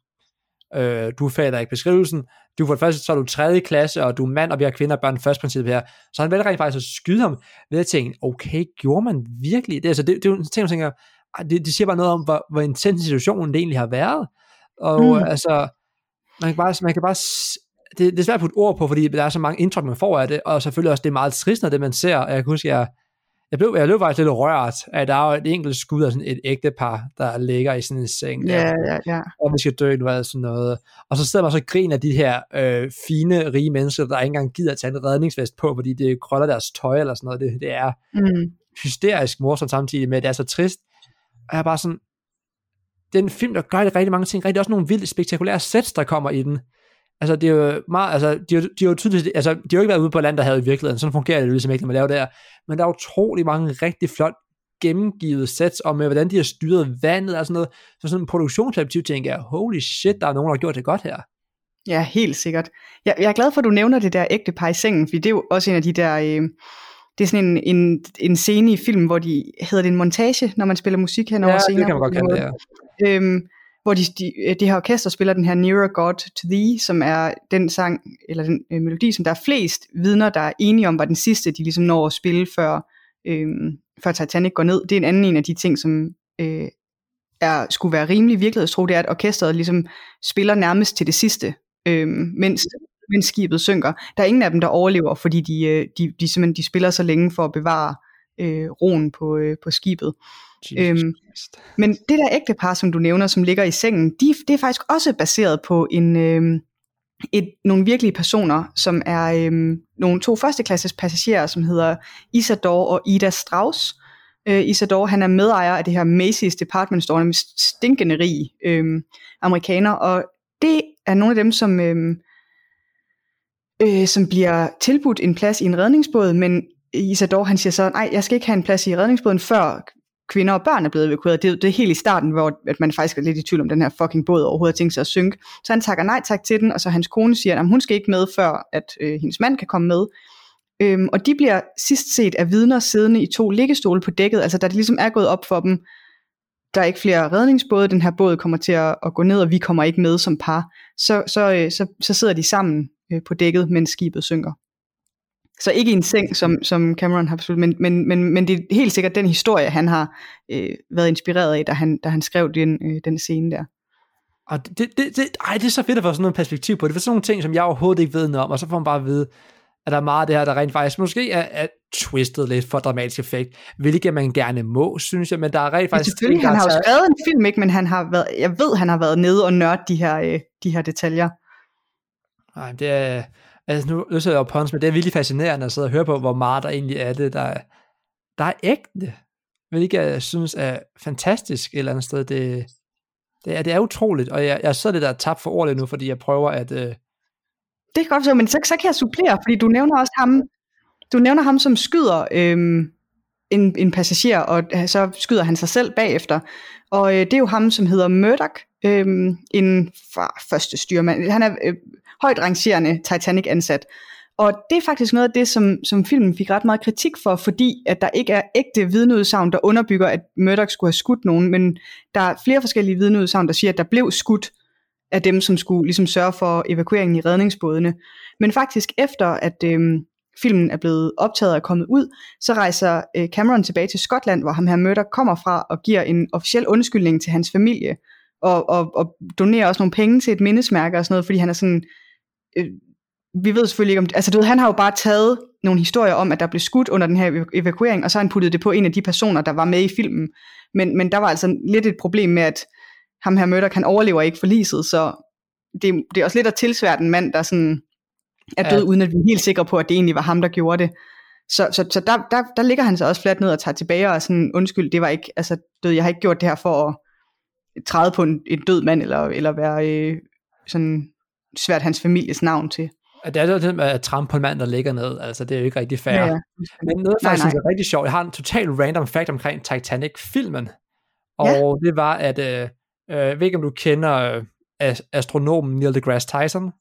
øh, du fatter ikke beskrivelsen. Du for det første, så er du tredje klasse, og du er mand, og vi har kvinder og børn først princippet her. Så han vælger rent faktisk at skyde ham ved at tænke, okay, gjorde man virkelig det? Altså det, det er jo en ting, man tænker, det, det siger bare noget om, hvor, hvor intens situationen det egentlig har været. Og mm. altså, man kan bare, man kan bare Det, det er svært at putte ord på, fordi der er så mange indtryk, man får af det, og selvfølgelig også det er meget trist, når det man ser. Jeg kan huske, jeg, jeg, blev, jeg blev faktisk lidt rørt, at der er et enkelt skud af sådan et ægtepar, der ligger i sådan en seng der, ja, ja, ja. og vi skal dø nu, eller sådan noget. Og så sidder man så og griner af de her øh, fine, rige mennesker, der ikke engang gider at tage en redningsvest på, fordi det krøller deres tøj eller sådan noget. Det, det er mm. hysterisk morsomt samtidig med, at det er så trist. Og jeg er bare sådan, det er en film, der gør det rigtig mange ting. Rigtig også nogle vildt spektakulære sets, der kommer i den. Altså, det er jo meget, altså, de er, de er jo tydeligt, altså, de har jo ikke været ude på land, der havde i virkeligheden, sådan fungerer det jo ligesom ikke, når man laver det her, men der er utrolig mange rigtig flot gennemgivet sets, og med hvordan de har styret vandet og sådan noget, så sådan en produktionsperspektiv tænker jeg, holy shit, der er nogen, der har gjort det godt her. Ja, helt sikkert. Jeg, jeg er glad for, at du nævner det der ægtepar i sengen, fordi det er jo også en af de der, øh, det er sådan en, en, en scene i film, hvor de, hedder det en montage, når man spiller musik henover ja, senere? Ja, det kan man godt kalde det, ja. Øhm, hvor de, de, det her orkester spiller den her Nearer God to Thee, som er den sang, eller den øh, melodi, som der er flest vidner, der er enige om, var den sidste, de ligesom når at spille, før, øh, før Titanic går ned. Det er en anden en af de ting, som øh, er, skulle være rimelig virkelighedstro, det er, at orkestret ligesom spiller nærmest til det sidste, øh, mens, mens skibet synker. Der er ingen af dem, der overlever, fordi de, øh, de, de, simpelthen, de spiller så længe for at bevare øh, roen på, øh, på skibet. Øhm, men det der ægtepar, som du nævner, som ligger i sengen, de, det er faktisk også baseret på en, øhm, et, nogle virkelige personer, som er øhm, nogle to førsteklasses passagerer, som hedder Isadore og Ida Strauss. Øh, Isadore, han er medejer af det her Macy's Department Store, med stinkende rig øhm, amerikaner, og det er nogle af dem, som, øhm, øh, som bliver tilbudt en plads i en redningsbåd, men Isadore, han siger så, nej, jeg skal ikke have en plads i redningsbåden, før kvinder og børn er blevet evakueret. Det, det er helt i starten, hvor at man faktisk er lidt i tvivl om den her fucking båd overhovedet har tænkt sig at synke. Så han takker nej tak til den, og så hans kone siger, at hun skal ikke med, før at øh, hendes mand kan komme med. Øhm, og de bliver sidst set af vidner siddende i to liggestole på dækket, altså da det ligesom er gået op for dem, der er ikke flere redningsbåde, den her båd kommer til at, at gå ned, og vi kommer ikke med som par. Så, så, øh, så, så sidder de sammen øh, på dækket, mens skibet synker. Så ikke i en seng, som, som Cameron har besluttet, men, men, men, men det er helt sikkert den historie, han har øh, været inspireret af, da han, da han skrev den, øh, den scene der. Og det, det, det, ej, det er så fedt at få sådan noget perspektiv på det, for sådan nogle ting, som jeg overhovedet ikke ved noget om, og så får man bare at vide, at der er meget af det her, der rent faktisk måske er, er twistet lidt for dramatisk effekt, hvilket man gerne må, synes jeg, men der er rent faktisk... Selvfølgelig, han har jo skrevet en film, ikke, men han har været, jeg ved, han har været nede og nørdet de her, øh, de her detaljer. Nej, det er... Altså nu løser jeg jo pons, men det er virkelig fascinerende at sidde og høre på, hvor meget der egentlig er det, der er, der er ægte. Hvilket jeg synes er fantastisk et eller andet sted. Det, det, er, det er utroligt, og jeg, jeg sidder lidt der tabt for ordet nu, fordi jeg prøver at, øh, Det kan godt så, men så, så kan jeg supplere, fordi du nævner også ham, du nævner ham som skyder øhm, en, en passager, og så skyder han sig selv bagefter. Og øh, det er jo ham, som hedder Murdoch, øhm, en fra første styrmand. Han er øh, højt rangerende Titanic-ansat. Og det er faktisk noget af det, som, som filmen fik ret meget kritik for, fordi at der ikke er ægte vidneudsagn, der underbygger, at Murdoch skulle have skudt nogen, men der er flere forskellige vidneudsagn, der siger, at der blev skudt af dem, som skulle ligesom sørge for evakueringen i redningsbådene. Men faktisk efter, at øhm, filmen er blevet optaget og er kommet ud, så rejser øh, Cameron tilbage til Skotland, hvor ham her Murdoch kommer fra, og giver en officiel undskyldning til hans familie, og, og, og donerer også nogle penge til et mindesmærke og sådan noget, fordi han er sådan... Øh, vi ved selvfølgelig ikke om... Altså du ved, han har jo bare taget nogle historier om, at der blev skudt under den her evakuering, og så har han puttet det på en af de personer, der var med i filmen. Men, men der var altså lidt et problem med, at ham her Murdoch, han overlever ikke forliset, så det, det er også lidt at tilsvære en mand, der sådan er død, ja. Uden at vi er helt sikre på, at det egentlig var ham, der gjorde det. Så, så, så der, der, der ligger han så også fladt ned og tager tilbage og sådan, undskyld, det var ikke, altså død, jeg har ikke gjort det her for at træde på en, en død mand, eller, eller være øh, sådan svært hans families navn til. Det er jo det med at trampe på en mand, der ligger ned. Altså, det er jo ikke rigtig fair. Ja, ja. Men noget, nej, faktisk nej. er rigtig sjovt. Jeg har en total random fact omkring Titanic-filmen. Og ja. Det var, at... Øh, øh, jeg ved ikke, om du kender øh, astronomen Neil deGrasse Tyson.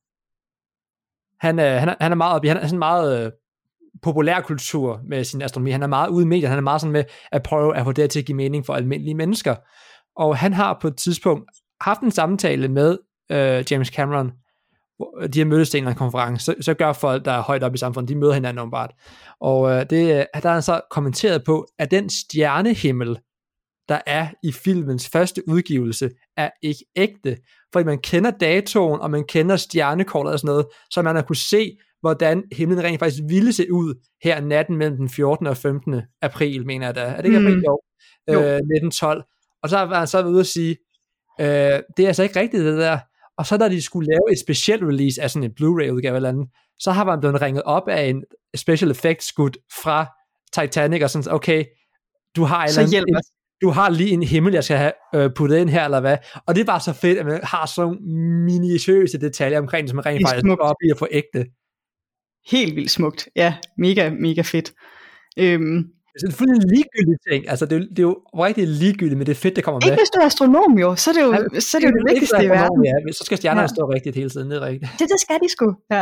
Han, øh, han, er, han er meget oppe i... Han er sådan meget øh, populær kultur med sin astronomi. Han er meget ude i medierne. Han er meget sådan med at prøve at få det til at give mening for almindelige mennesker. Og han har på et tidspunkt haft en samtale med øh, James Cameron. De har mødtes til en eller anden konference, så, så gør folk, der er højt op i samfundet, de møder hinanden åbenbart. Og øh, det, der er han så kommenteret på, at den stjernehimmel, der er i filmens første udgivelse, er ikke ægte. Fordi man kender datoen, og man kender stjernekortet og sådan noget, så man har kunne se, hvordan himlen rent faktisk ville se ud her natten mellem den fjortende og femtende april, mener jeg da. Er det ikke april? Mm. Jo. Øh, nitten tolv. Og så har han så været ude at sige, øh, det er altså ikke rigtigt det der. Og så da de skulle lave et special release af sådan en Blu-ray udgave eller andet, så har man blevet ringet op af en special effects skud fra Titanic, og sådan, okay, du har, så en, en, du har lige en himmel, jeg skal have øh, puttet ind her, eller hvad. Og det var så fedt, at man har sådan minutiøse detaljer omkring det, som man rent faktisk går op i at få ægte. Helt vildt smukt. Ja, mega, mega fedt. Øhm. Det er en fuldstændig ligegyldig ting. Altså, det er, jo, det er jo rigtig ligegyldigt, men det er fedt, det kommer med. Ikke hvis du er astronom, jo. Så er det jo, ja, så er det, jo det, det vigtigste i verden. Ja, så skal stjernerne ja. Stå rigtigt hele tiden. Det er rigtigt. Det, det skal de sgu. Ja.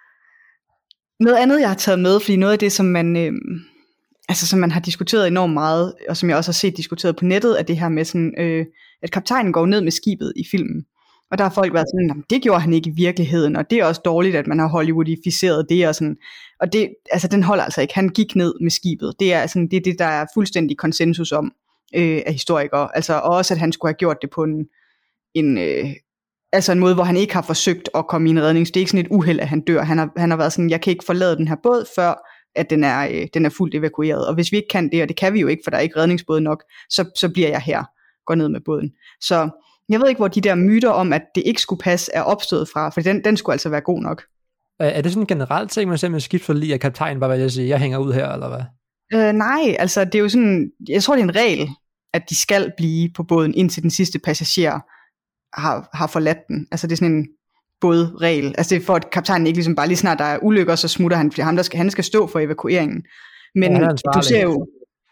Noget andet, jeg har taget med, fordi noget af det, som man, øh, altså, som man har diskuteret enormt meget, og som jeg også har set diskuteret på nettet, er det her med, sådan, øh, at kaptajnen går ned med skibet i filmen. Og der har folk været sådan, det gjorde han ikke i virkeligheden, og det er også dårligt, at man har Hollywoodificeret det, og sådan. Og det, altså den holder altså ikke. Han gik ned med skibet. Det er sådan, det er det, der er fuldstændig konsensus om øh, af historikere. Altså, og også, at han skulle have gjort det på en, en, øh, altså en måde, hvor han ikke har forsøgt at komme i en redning. Det er ikke sådan et uheld, at han dør. Han har, han har været sådan, jeg kan ikke forlade den her båd, før at den er, øh, den er fuldt evakueret. Og hvis vi ikke kan det, og det kan vi jo ikke, for der er ikke redningsbåd nok, så, så bliver jeg her, går ned med båden. Så jeg ved ikke, hvor de der myter om, at det ikke skulle passe, er opstået fra, for den, den skulle altså være god nok. Er det sådan en generelt ting, man ser med skibsforlig, at kaptajnen bare vil sige, jeg hænger ud her, eller hvad? Øh, nej, altså det er jo sådan, jeg tror det er en regel, at de skal blive på båden, indtil den sidste passager har, har forladt den. Altså det er sådan en bådregel. Altså det er for, at kaptajnen ikke ligesom bare lige snart der er ulykker, så smutter han, fordi ham, der skal, han skal stå for evakueringen. Men, ja, du ser jo,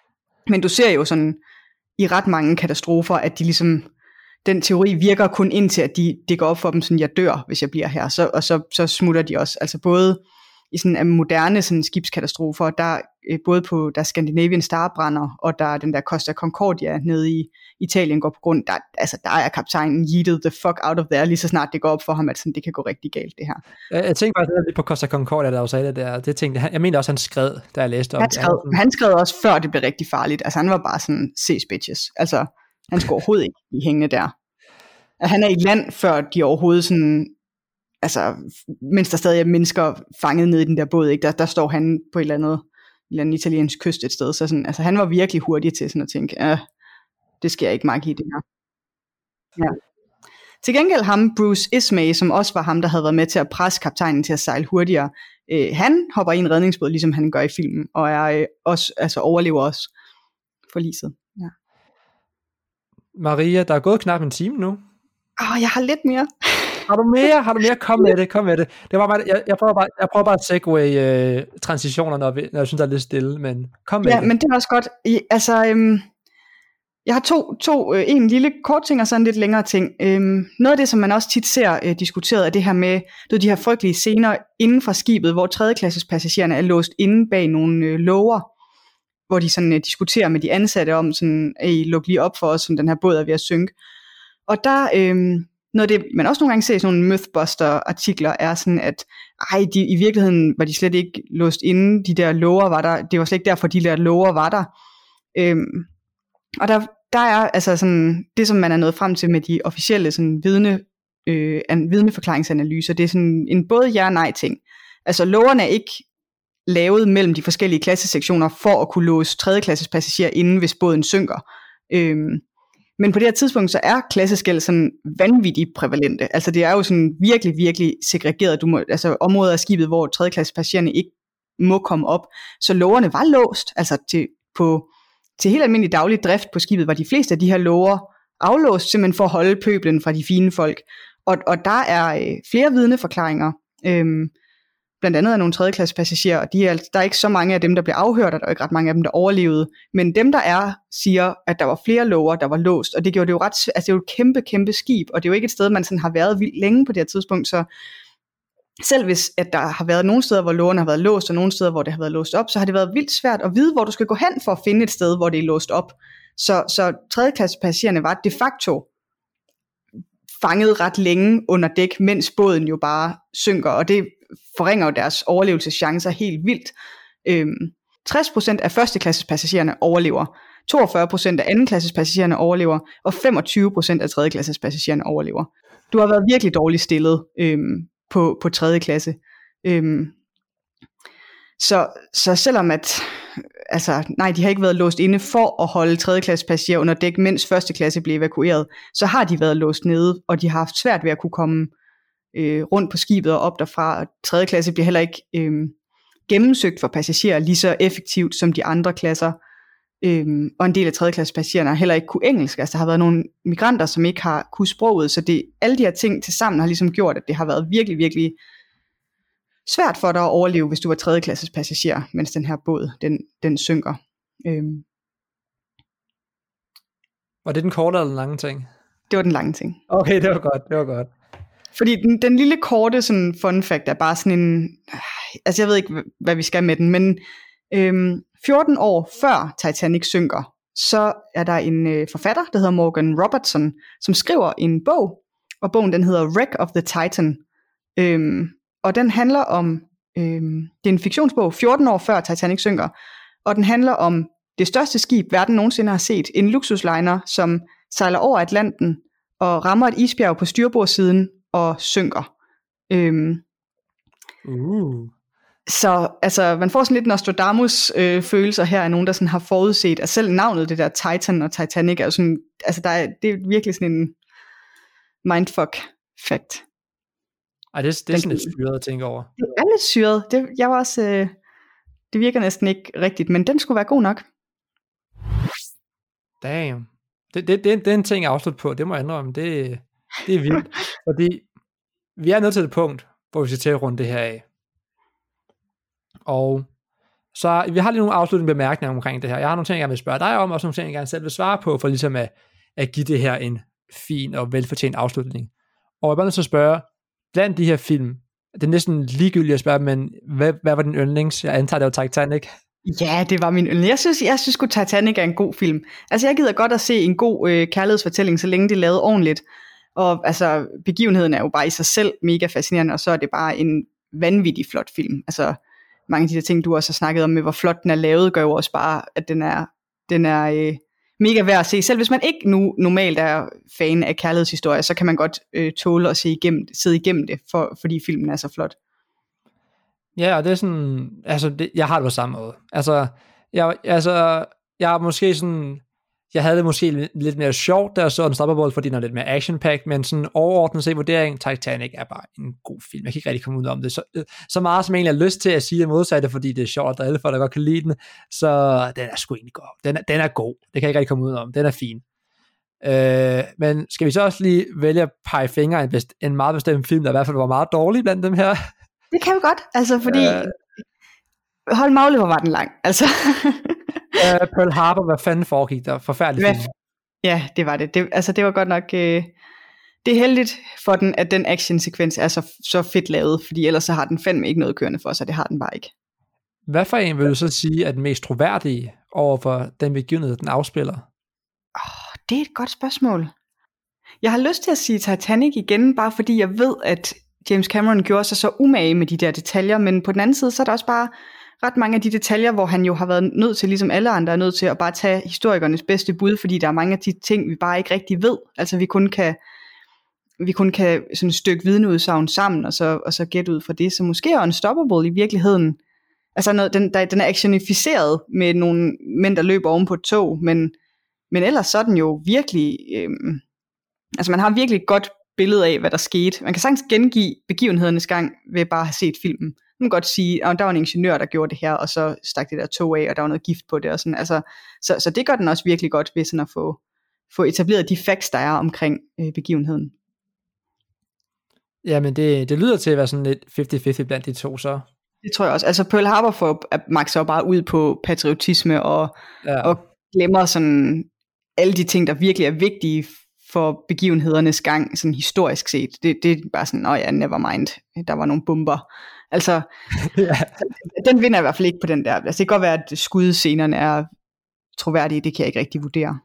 men du ser jo sådan i ret mange katastrofer, at de ligesom, den teori virker kun indtil, at de, det går op for dem, sådan, jeg dør, hvis jeg bliver her, så, og så, så smutter de også. Altså både i sådan moderne sådan, skibskatastrofer, der både på der Scandinavian Star brænder, og der er den der Costa Concordia nede i Italien går på grund, der, altså der er kaptajnen yeeted the fuck out of there, lige så snart det går op for ham, at sådan, det kan gå rigtig galt det her. Jeg, jeg tænkte faktisk lidt på Costa Concordia, der også sagde det der, det tænkte jeg, jeg mener også, han skred, da jeg læste om han skred, det. Han skred også før det blev rigtig farligt, altså han var bare sådan, ses bitches, altså han skulle overhovedet ikke blive hængende der. Han er i land, før de overhovedet sådan, altså, mens der stadig er mennesker fanget nede i den der båd, ikke? Der, der står han på et eller andet, et eller andet italiensk kyst et sted, så sådan, altså han var virkelig hurtig til sådan at tænke, øh, det sker ikke meget i det her. Ja. Til gengæld ham, Bruce Ismay, som også var ham, der havde været med til at presse kaptajnen til at sejle hurtigere, øh, han hopper i en redningsbåd, ligesom han gør i filmen, og er øh, også, altså overlever også forliset. Ja. Maria, der er gået knap en time nu. Åh, oh, jeg har lidt mere. Har du mere? Har du mere? Kom med det, kom med det. Det var bare, jeg, jeg, prøver bare, jeg prøver bare at segway øh, transitionerne, når, vi, når jeg synes, der er lidt stille, men kom med ja, det. Ja, men det er også godt. I, altså, øhm, jeg har to, to øh, en lille kort ting og så en lidt længere ting. Øhm, noget af det, som man også tit ser øh, diskuteret, er det her med du ved, de her frygtelige scener inden for skibet, hvor tredjeklasses passagererne er låst inde bag nogle øh, låger, hvor de sådan øh, diskuterer med de ansatte om, sådan, hey, luk lige op for os, som den her båd er ved at synke. Og der, øhm, noget af det, man også nogle gange ser i sådan nogle Mythbuster-artikler, er sådan, at ej, de, i virkeligheden var de slet ikke låst inde, de der låger var der, det var slet ikke derfor, de der låger var der. Øhm, og der, der er altså sådan, det som man er nået frem til med de officielle sådan, vidne, øh, an, vidneforklaringsanalyser, det er sådan en både ja og nej ting. Altså lågerne er ikke lavet mellem de forskellige klassesektioner for at kunne låse tredjeklasses passagerer inden, hvis båden synker. Øhm, Men på det her tidspunkt, så er klasseskel sådan vanvittigt prævalente. Altså det er jo sådan virkelig, virkelig segregeret. Du må, altså områder af skibet, hvor tredjeklassepassagererne ikke må komme op. Så lågerne var låst. Altså til, på, til helt almindelig daglig drift på skibet, var de fleste af de her låger aflåst, simpelthen for at holde pøblen fra de fine folk. Og, og der er øh, flere vidneforklaringer. Øhm, blandt andet af nogle tredjeklassepassagerer, og de er, der er ikke så mange af dem, der blev afhørt, og der er ikke ret mange af dem, der overlevede, men dem, der er, siger, at der var flere låger, der var låst, og det gjorde det jo ret, altså det er jo et kæmpe, kæmpe skib, og det er jo ikke et sted, man sådan har været vildt længe på det her tidspunkt, så selv hvis at der har været nogle steder, hvor lågerne har været låst, og nogle steder, hvor det har været låst op, så har det været vildt svært at vide, hvor du skal gå hen for at finde et sted, hvor det er låst op. Så, så tredjeklassepassagererne var de facto fanget ret længe under dæk, mens båden jo bare synker, og det forringer jo deres overlevelseschancer helt vildt. Øhm, tres procent af førsteklasses passagererne overlever, toogfyrre procent af andenklasses passagererne overlever, og femogtyve procent af tredjeklasses passagererne overlever. Du har været virkelig dårligt stillet øhm, på, på tredje klasse. Øhm, så, så selvom at, altså nej, de har ikke været låst inde for at holde tredjeklasses passagerer under dæk, mens første klasse blev evakueret, så har de været låst nede, og de har haft svært ved at kunne komme øh, rundt på skibet og op derfra. tredje klasse bliver heller ikke øh, gennemsøgt for passagerer lige så effektivt som de andre klasser, øh, og en del af tredje klasse passagererne har heller ikke kunne engelsk. Altså der har været nogle migranter, som ikke har kunne sproget, så det, alle de her ting til sammen har ligesom gjort, at det har været virkelig, virkelig svært for dig at overleve, hvis du var tredje klasses passager, mens den her båd, den, den synker. Øhm. Var det den korte eller den lange ting? Det var den lange ting. Okay, det var godt, det var godt. Fordi den, den lille korte sådan fun fact er bare sådan en, altså jeg ved ikke, hvad vi skal med den, men øhm, fjorten år før Titanic synker, så er der en øh, forfatter, der hedder Morgan Robertson, som skriver en bog, og bogen den hedder Wreck of the Titan. Øhm, og den handler om, øhm, det er en fiktionsbog, fjorten år før Titanic synker, og den handler om det største skib, verden nogensinde har set, en luksusliner, som sejler over Atlanten og rammer et isbjerg på styrbordssiden og synker. Øhm, uh. Så altså, man får sådan lidt Nostradamus øh, følelser her af nogen, der sådan har forudset, at selv navnet, det der Titan og Titanic, er jo sådan, altså der er, det er virkelig sådan en mindfuck fact. Ej, det, det er sådan lidt syret at tænke over. Det er lidt syret. Det, jeg var også, øh, det virker næsten ikke rigtigt, men den skulle være god nok. Damn. Det, det, det, det er en ting at afslutte på, det må jeg indrømme. Det, det er vildt. Fordi vi er nødt til et punkt, hvor vi skal til at runde det her af. Og så vi har lige nogle afsluttende bemærkninger omkring det her. Jeg har nogle ting, jeg vil spørge dig om, og også nogle ting, jeg gerne selv vil svare på, for ligesom at, at give det her en fin og velfortjent afslutning. Og jeg vil bare nødt til at spørge, blandt de her film, det er næsten ligegyldigt at spørge, men hvad, hvad var din yndlings? Jeg antager, det var Titanic. Ja, det var min yndlings. Jeg synes, jeg synes at Titanic er en god film. Altså, jeg gider godt at se en god øh, kærlighedsfortælling, så længe det er lavet ordentligt. Og altså, begivenheden er jo bare i sig selv mega fascinerende, og så er det bare en vanvittig flot film. Altså, mange af de der ting, du også har snakket om, med hvor flot den er lavet, gør jo også bare, at den er, den er øh, mega værd at se. Selv hvis man ikke nu normalt er fan af kærlighedshistorier, så kan man godt øh, tåle at se igennem, sidde igennem det, for, fordi filmen er så flot. Ja, og det er sådan, altså, det, jeg har det på samme måde. Altså, jeg, altså, jeg er måske sådan, jeg havde det måske lidt, lidt mere sjovt, da jeg så Unstoppable, fordi den er lidt mere action-packed, men sådan overordnet set vurdering, Titanic er bare en god film. Jeg kan ikke rigtig komme ud om det. Så, så meget som jeg egentlig har lyst til at sige det modsatte, fordi det er sjovt, og alle folk, der godt kan lide den, så den er sgu egentlig god. Den er, den er god. Det kan jeg ikke rigtig komme ud om. Den er fin. Øh, men skal vi så også lige vælge at pege fingre en, best, en meget bestemt film, der i hvert fald var meget dårlig blandt dem her? Det kan vi godt, altså fordi... Øh... Hold magle, hvor var den lang, altså. uh, Pearl Harbor, hvad fanden foregik der? Forfærdelig film. Ja, det var det. det. Altså, det var godt nok... Øh... Det er heldigt for den, at den actionsekvens er så, så fedt lavet, fordi ellers så har den fandme ikke noget kørende for sig, det har den bare ikke. Hvad for en vil du så sige er den mest troværdige over for den begivenhed, den afspiller? Oh, det er et godt spørgsmål. Jeg har lyst til at sige Titanic igen, bare fordi jeg ved, at James Cameron gjorde sig så umage med de der detaljer, men på den anden side, så er der også bare ret mange af de detaljer, hvor han jo har været nødt til, ligesom alle andre er nødt til, at bare tage historikernes bedste bud, fordi der er mange af de ting, vi bare ikke rigtig ved. Altså vi kun kan, vi kun kan sådan et stykke vidneudsagn sammen, og så, og så gætte ud fra det. Så måske er Unstoppable i virkeligheden, altså noget, den, der, den er actionificeret med nogle mænd, der løber oven på et tog, men, men ellers så er den jo virkelig, øhm, altså man har virkelig et godt billede af, hvad der skete. Man kan sagtens gengive begivenhedernes gang ved bare at have set filmen. Man kan godt sige, at der var en ingeniør, der gjorde det her, og så stak det der tog af, og der var noget gift på det. Og sådan. Altså, så, så det gør den også virkelig godt ved sådan at få, få etableret de facts, der er omkring øh, begivenheden. Jamen, det, det lyder til at være sådan lidt halvtreds halvtreds blandt de to så. Det tror jeg også. Altså Pearl Harbor får Max så bare ud på patriotisme, og, ja. og glemmer sådan alle de ting, der virkelig er vigtige for begivenhedernes gang, sådan historisk set. Det, det er bare sådan, åh ja, never mind, der var nogle bomber. Altså, ja. Den vinder i hvert fald ikke på den der. Altså, det kan godt være, at skudscenerne er troværdige, det kan jeg ikke rigtig vurdere.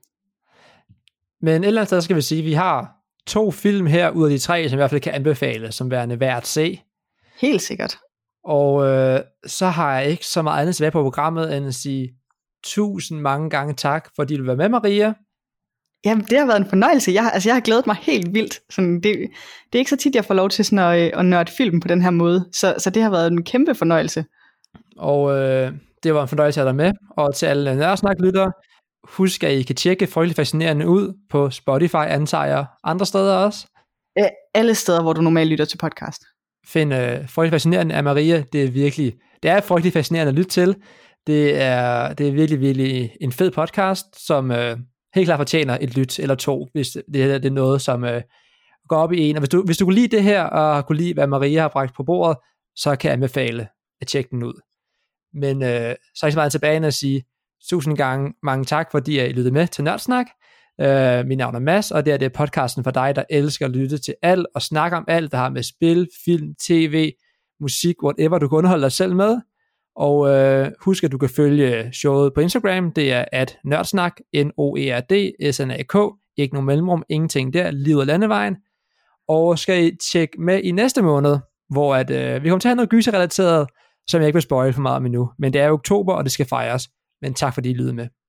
Men et eller andet sted skal vi sige, at vi har to film her ud af de tre, som i hvert fald kan anbefale, som værende værd at se. Helt sikkert. Og øh, så har jeg ikke så meget andet tilbage på programmet, end at sige tusind mange gange tak, fordi du vil være med, Maria. Jamen, det har været en fornøjelse. Jeg har, altså, jeg har glædet mig helt vildt. Sådan, det, det er ikke så tit, jeg får lov til sådan at, at nørde film på den her måde. Så, så det har været en kæmpe fornøjelse. Og øh, det var en fornøjelse at have dig med. Og til alle Nørdsnak-lyttere, husk, at I kan tjekke Frygtelig Fascinerende ud på Spotify, antager jeg, andre steder også. Ja, alle steder, hvor du normalt lytter til podcast. Find øh, Frygtelig Fascinerende af Maria. Det er virkelig, det er frygtelig fascinerende at lytte til. Det er, det er virkelig, virkelig en fed podcast, som... Øh, helt klart fortjener et lyt eller to, hvis det, det er noget, som øh, går op i en. Og hvis du, hvis du kunne lide det her, og kunne lide, hvad Maria har bragt på bordet, så kan jeg anbefale at tjekke den ud. Men øh, så er jeg så meget tilbage end at sige tusind gange mange tak, fordi I lyttede med til Nørdsnak. Øh, mit navn er Mads, og det er, det er podcasten for dig, der elsker at lytte til alt, og snakke om alt, der har med spil, film, tv, musik, whatever du kan underholde dig selv med. Og øh, husk, at du kan følge showet på Instagram. Det er at nørdsnak, N O E R D S N A K, ikke nogen mellemrum, ingenting der, livet af landevejen. Og skal I tjekke med i næste måned, hvor at, øh, vi kommer til at have noget gyserrelateret, som jeg ikke vil spoil for meget om endnu. Men det er oktober, og det skal fejres. Men tak fordi I lyttede med.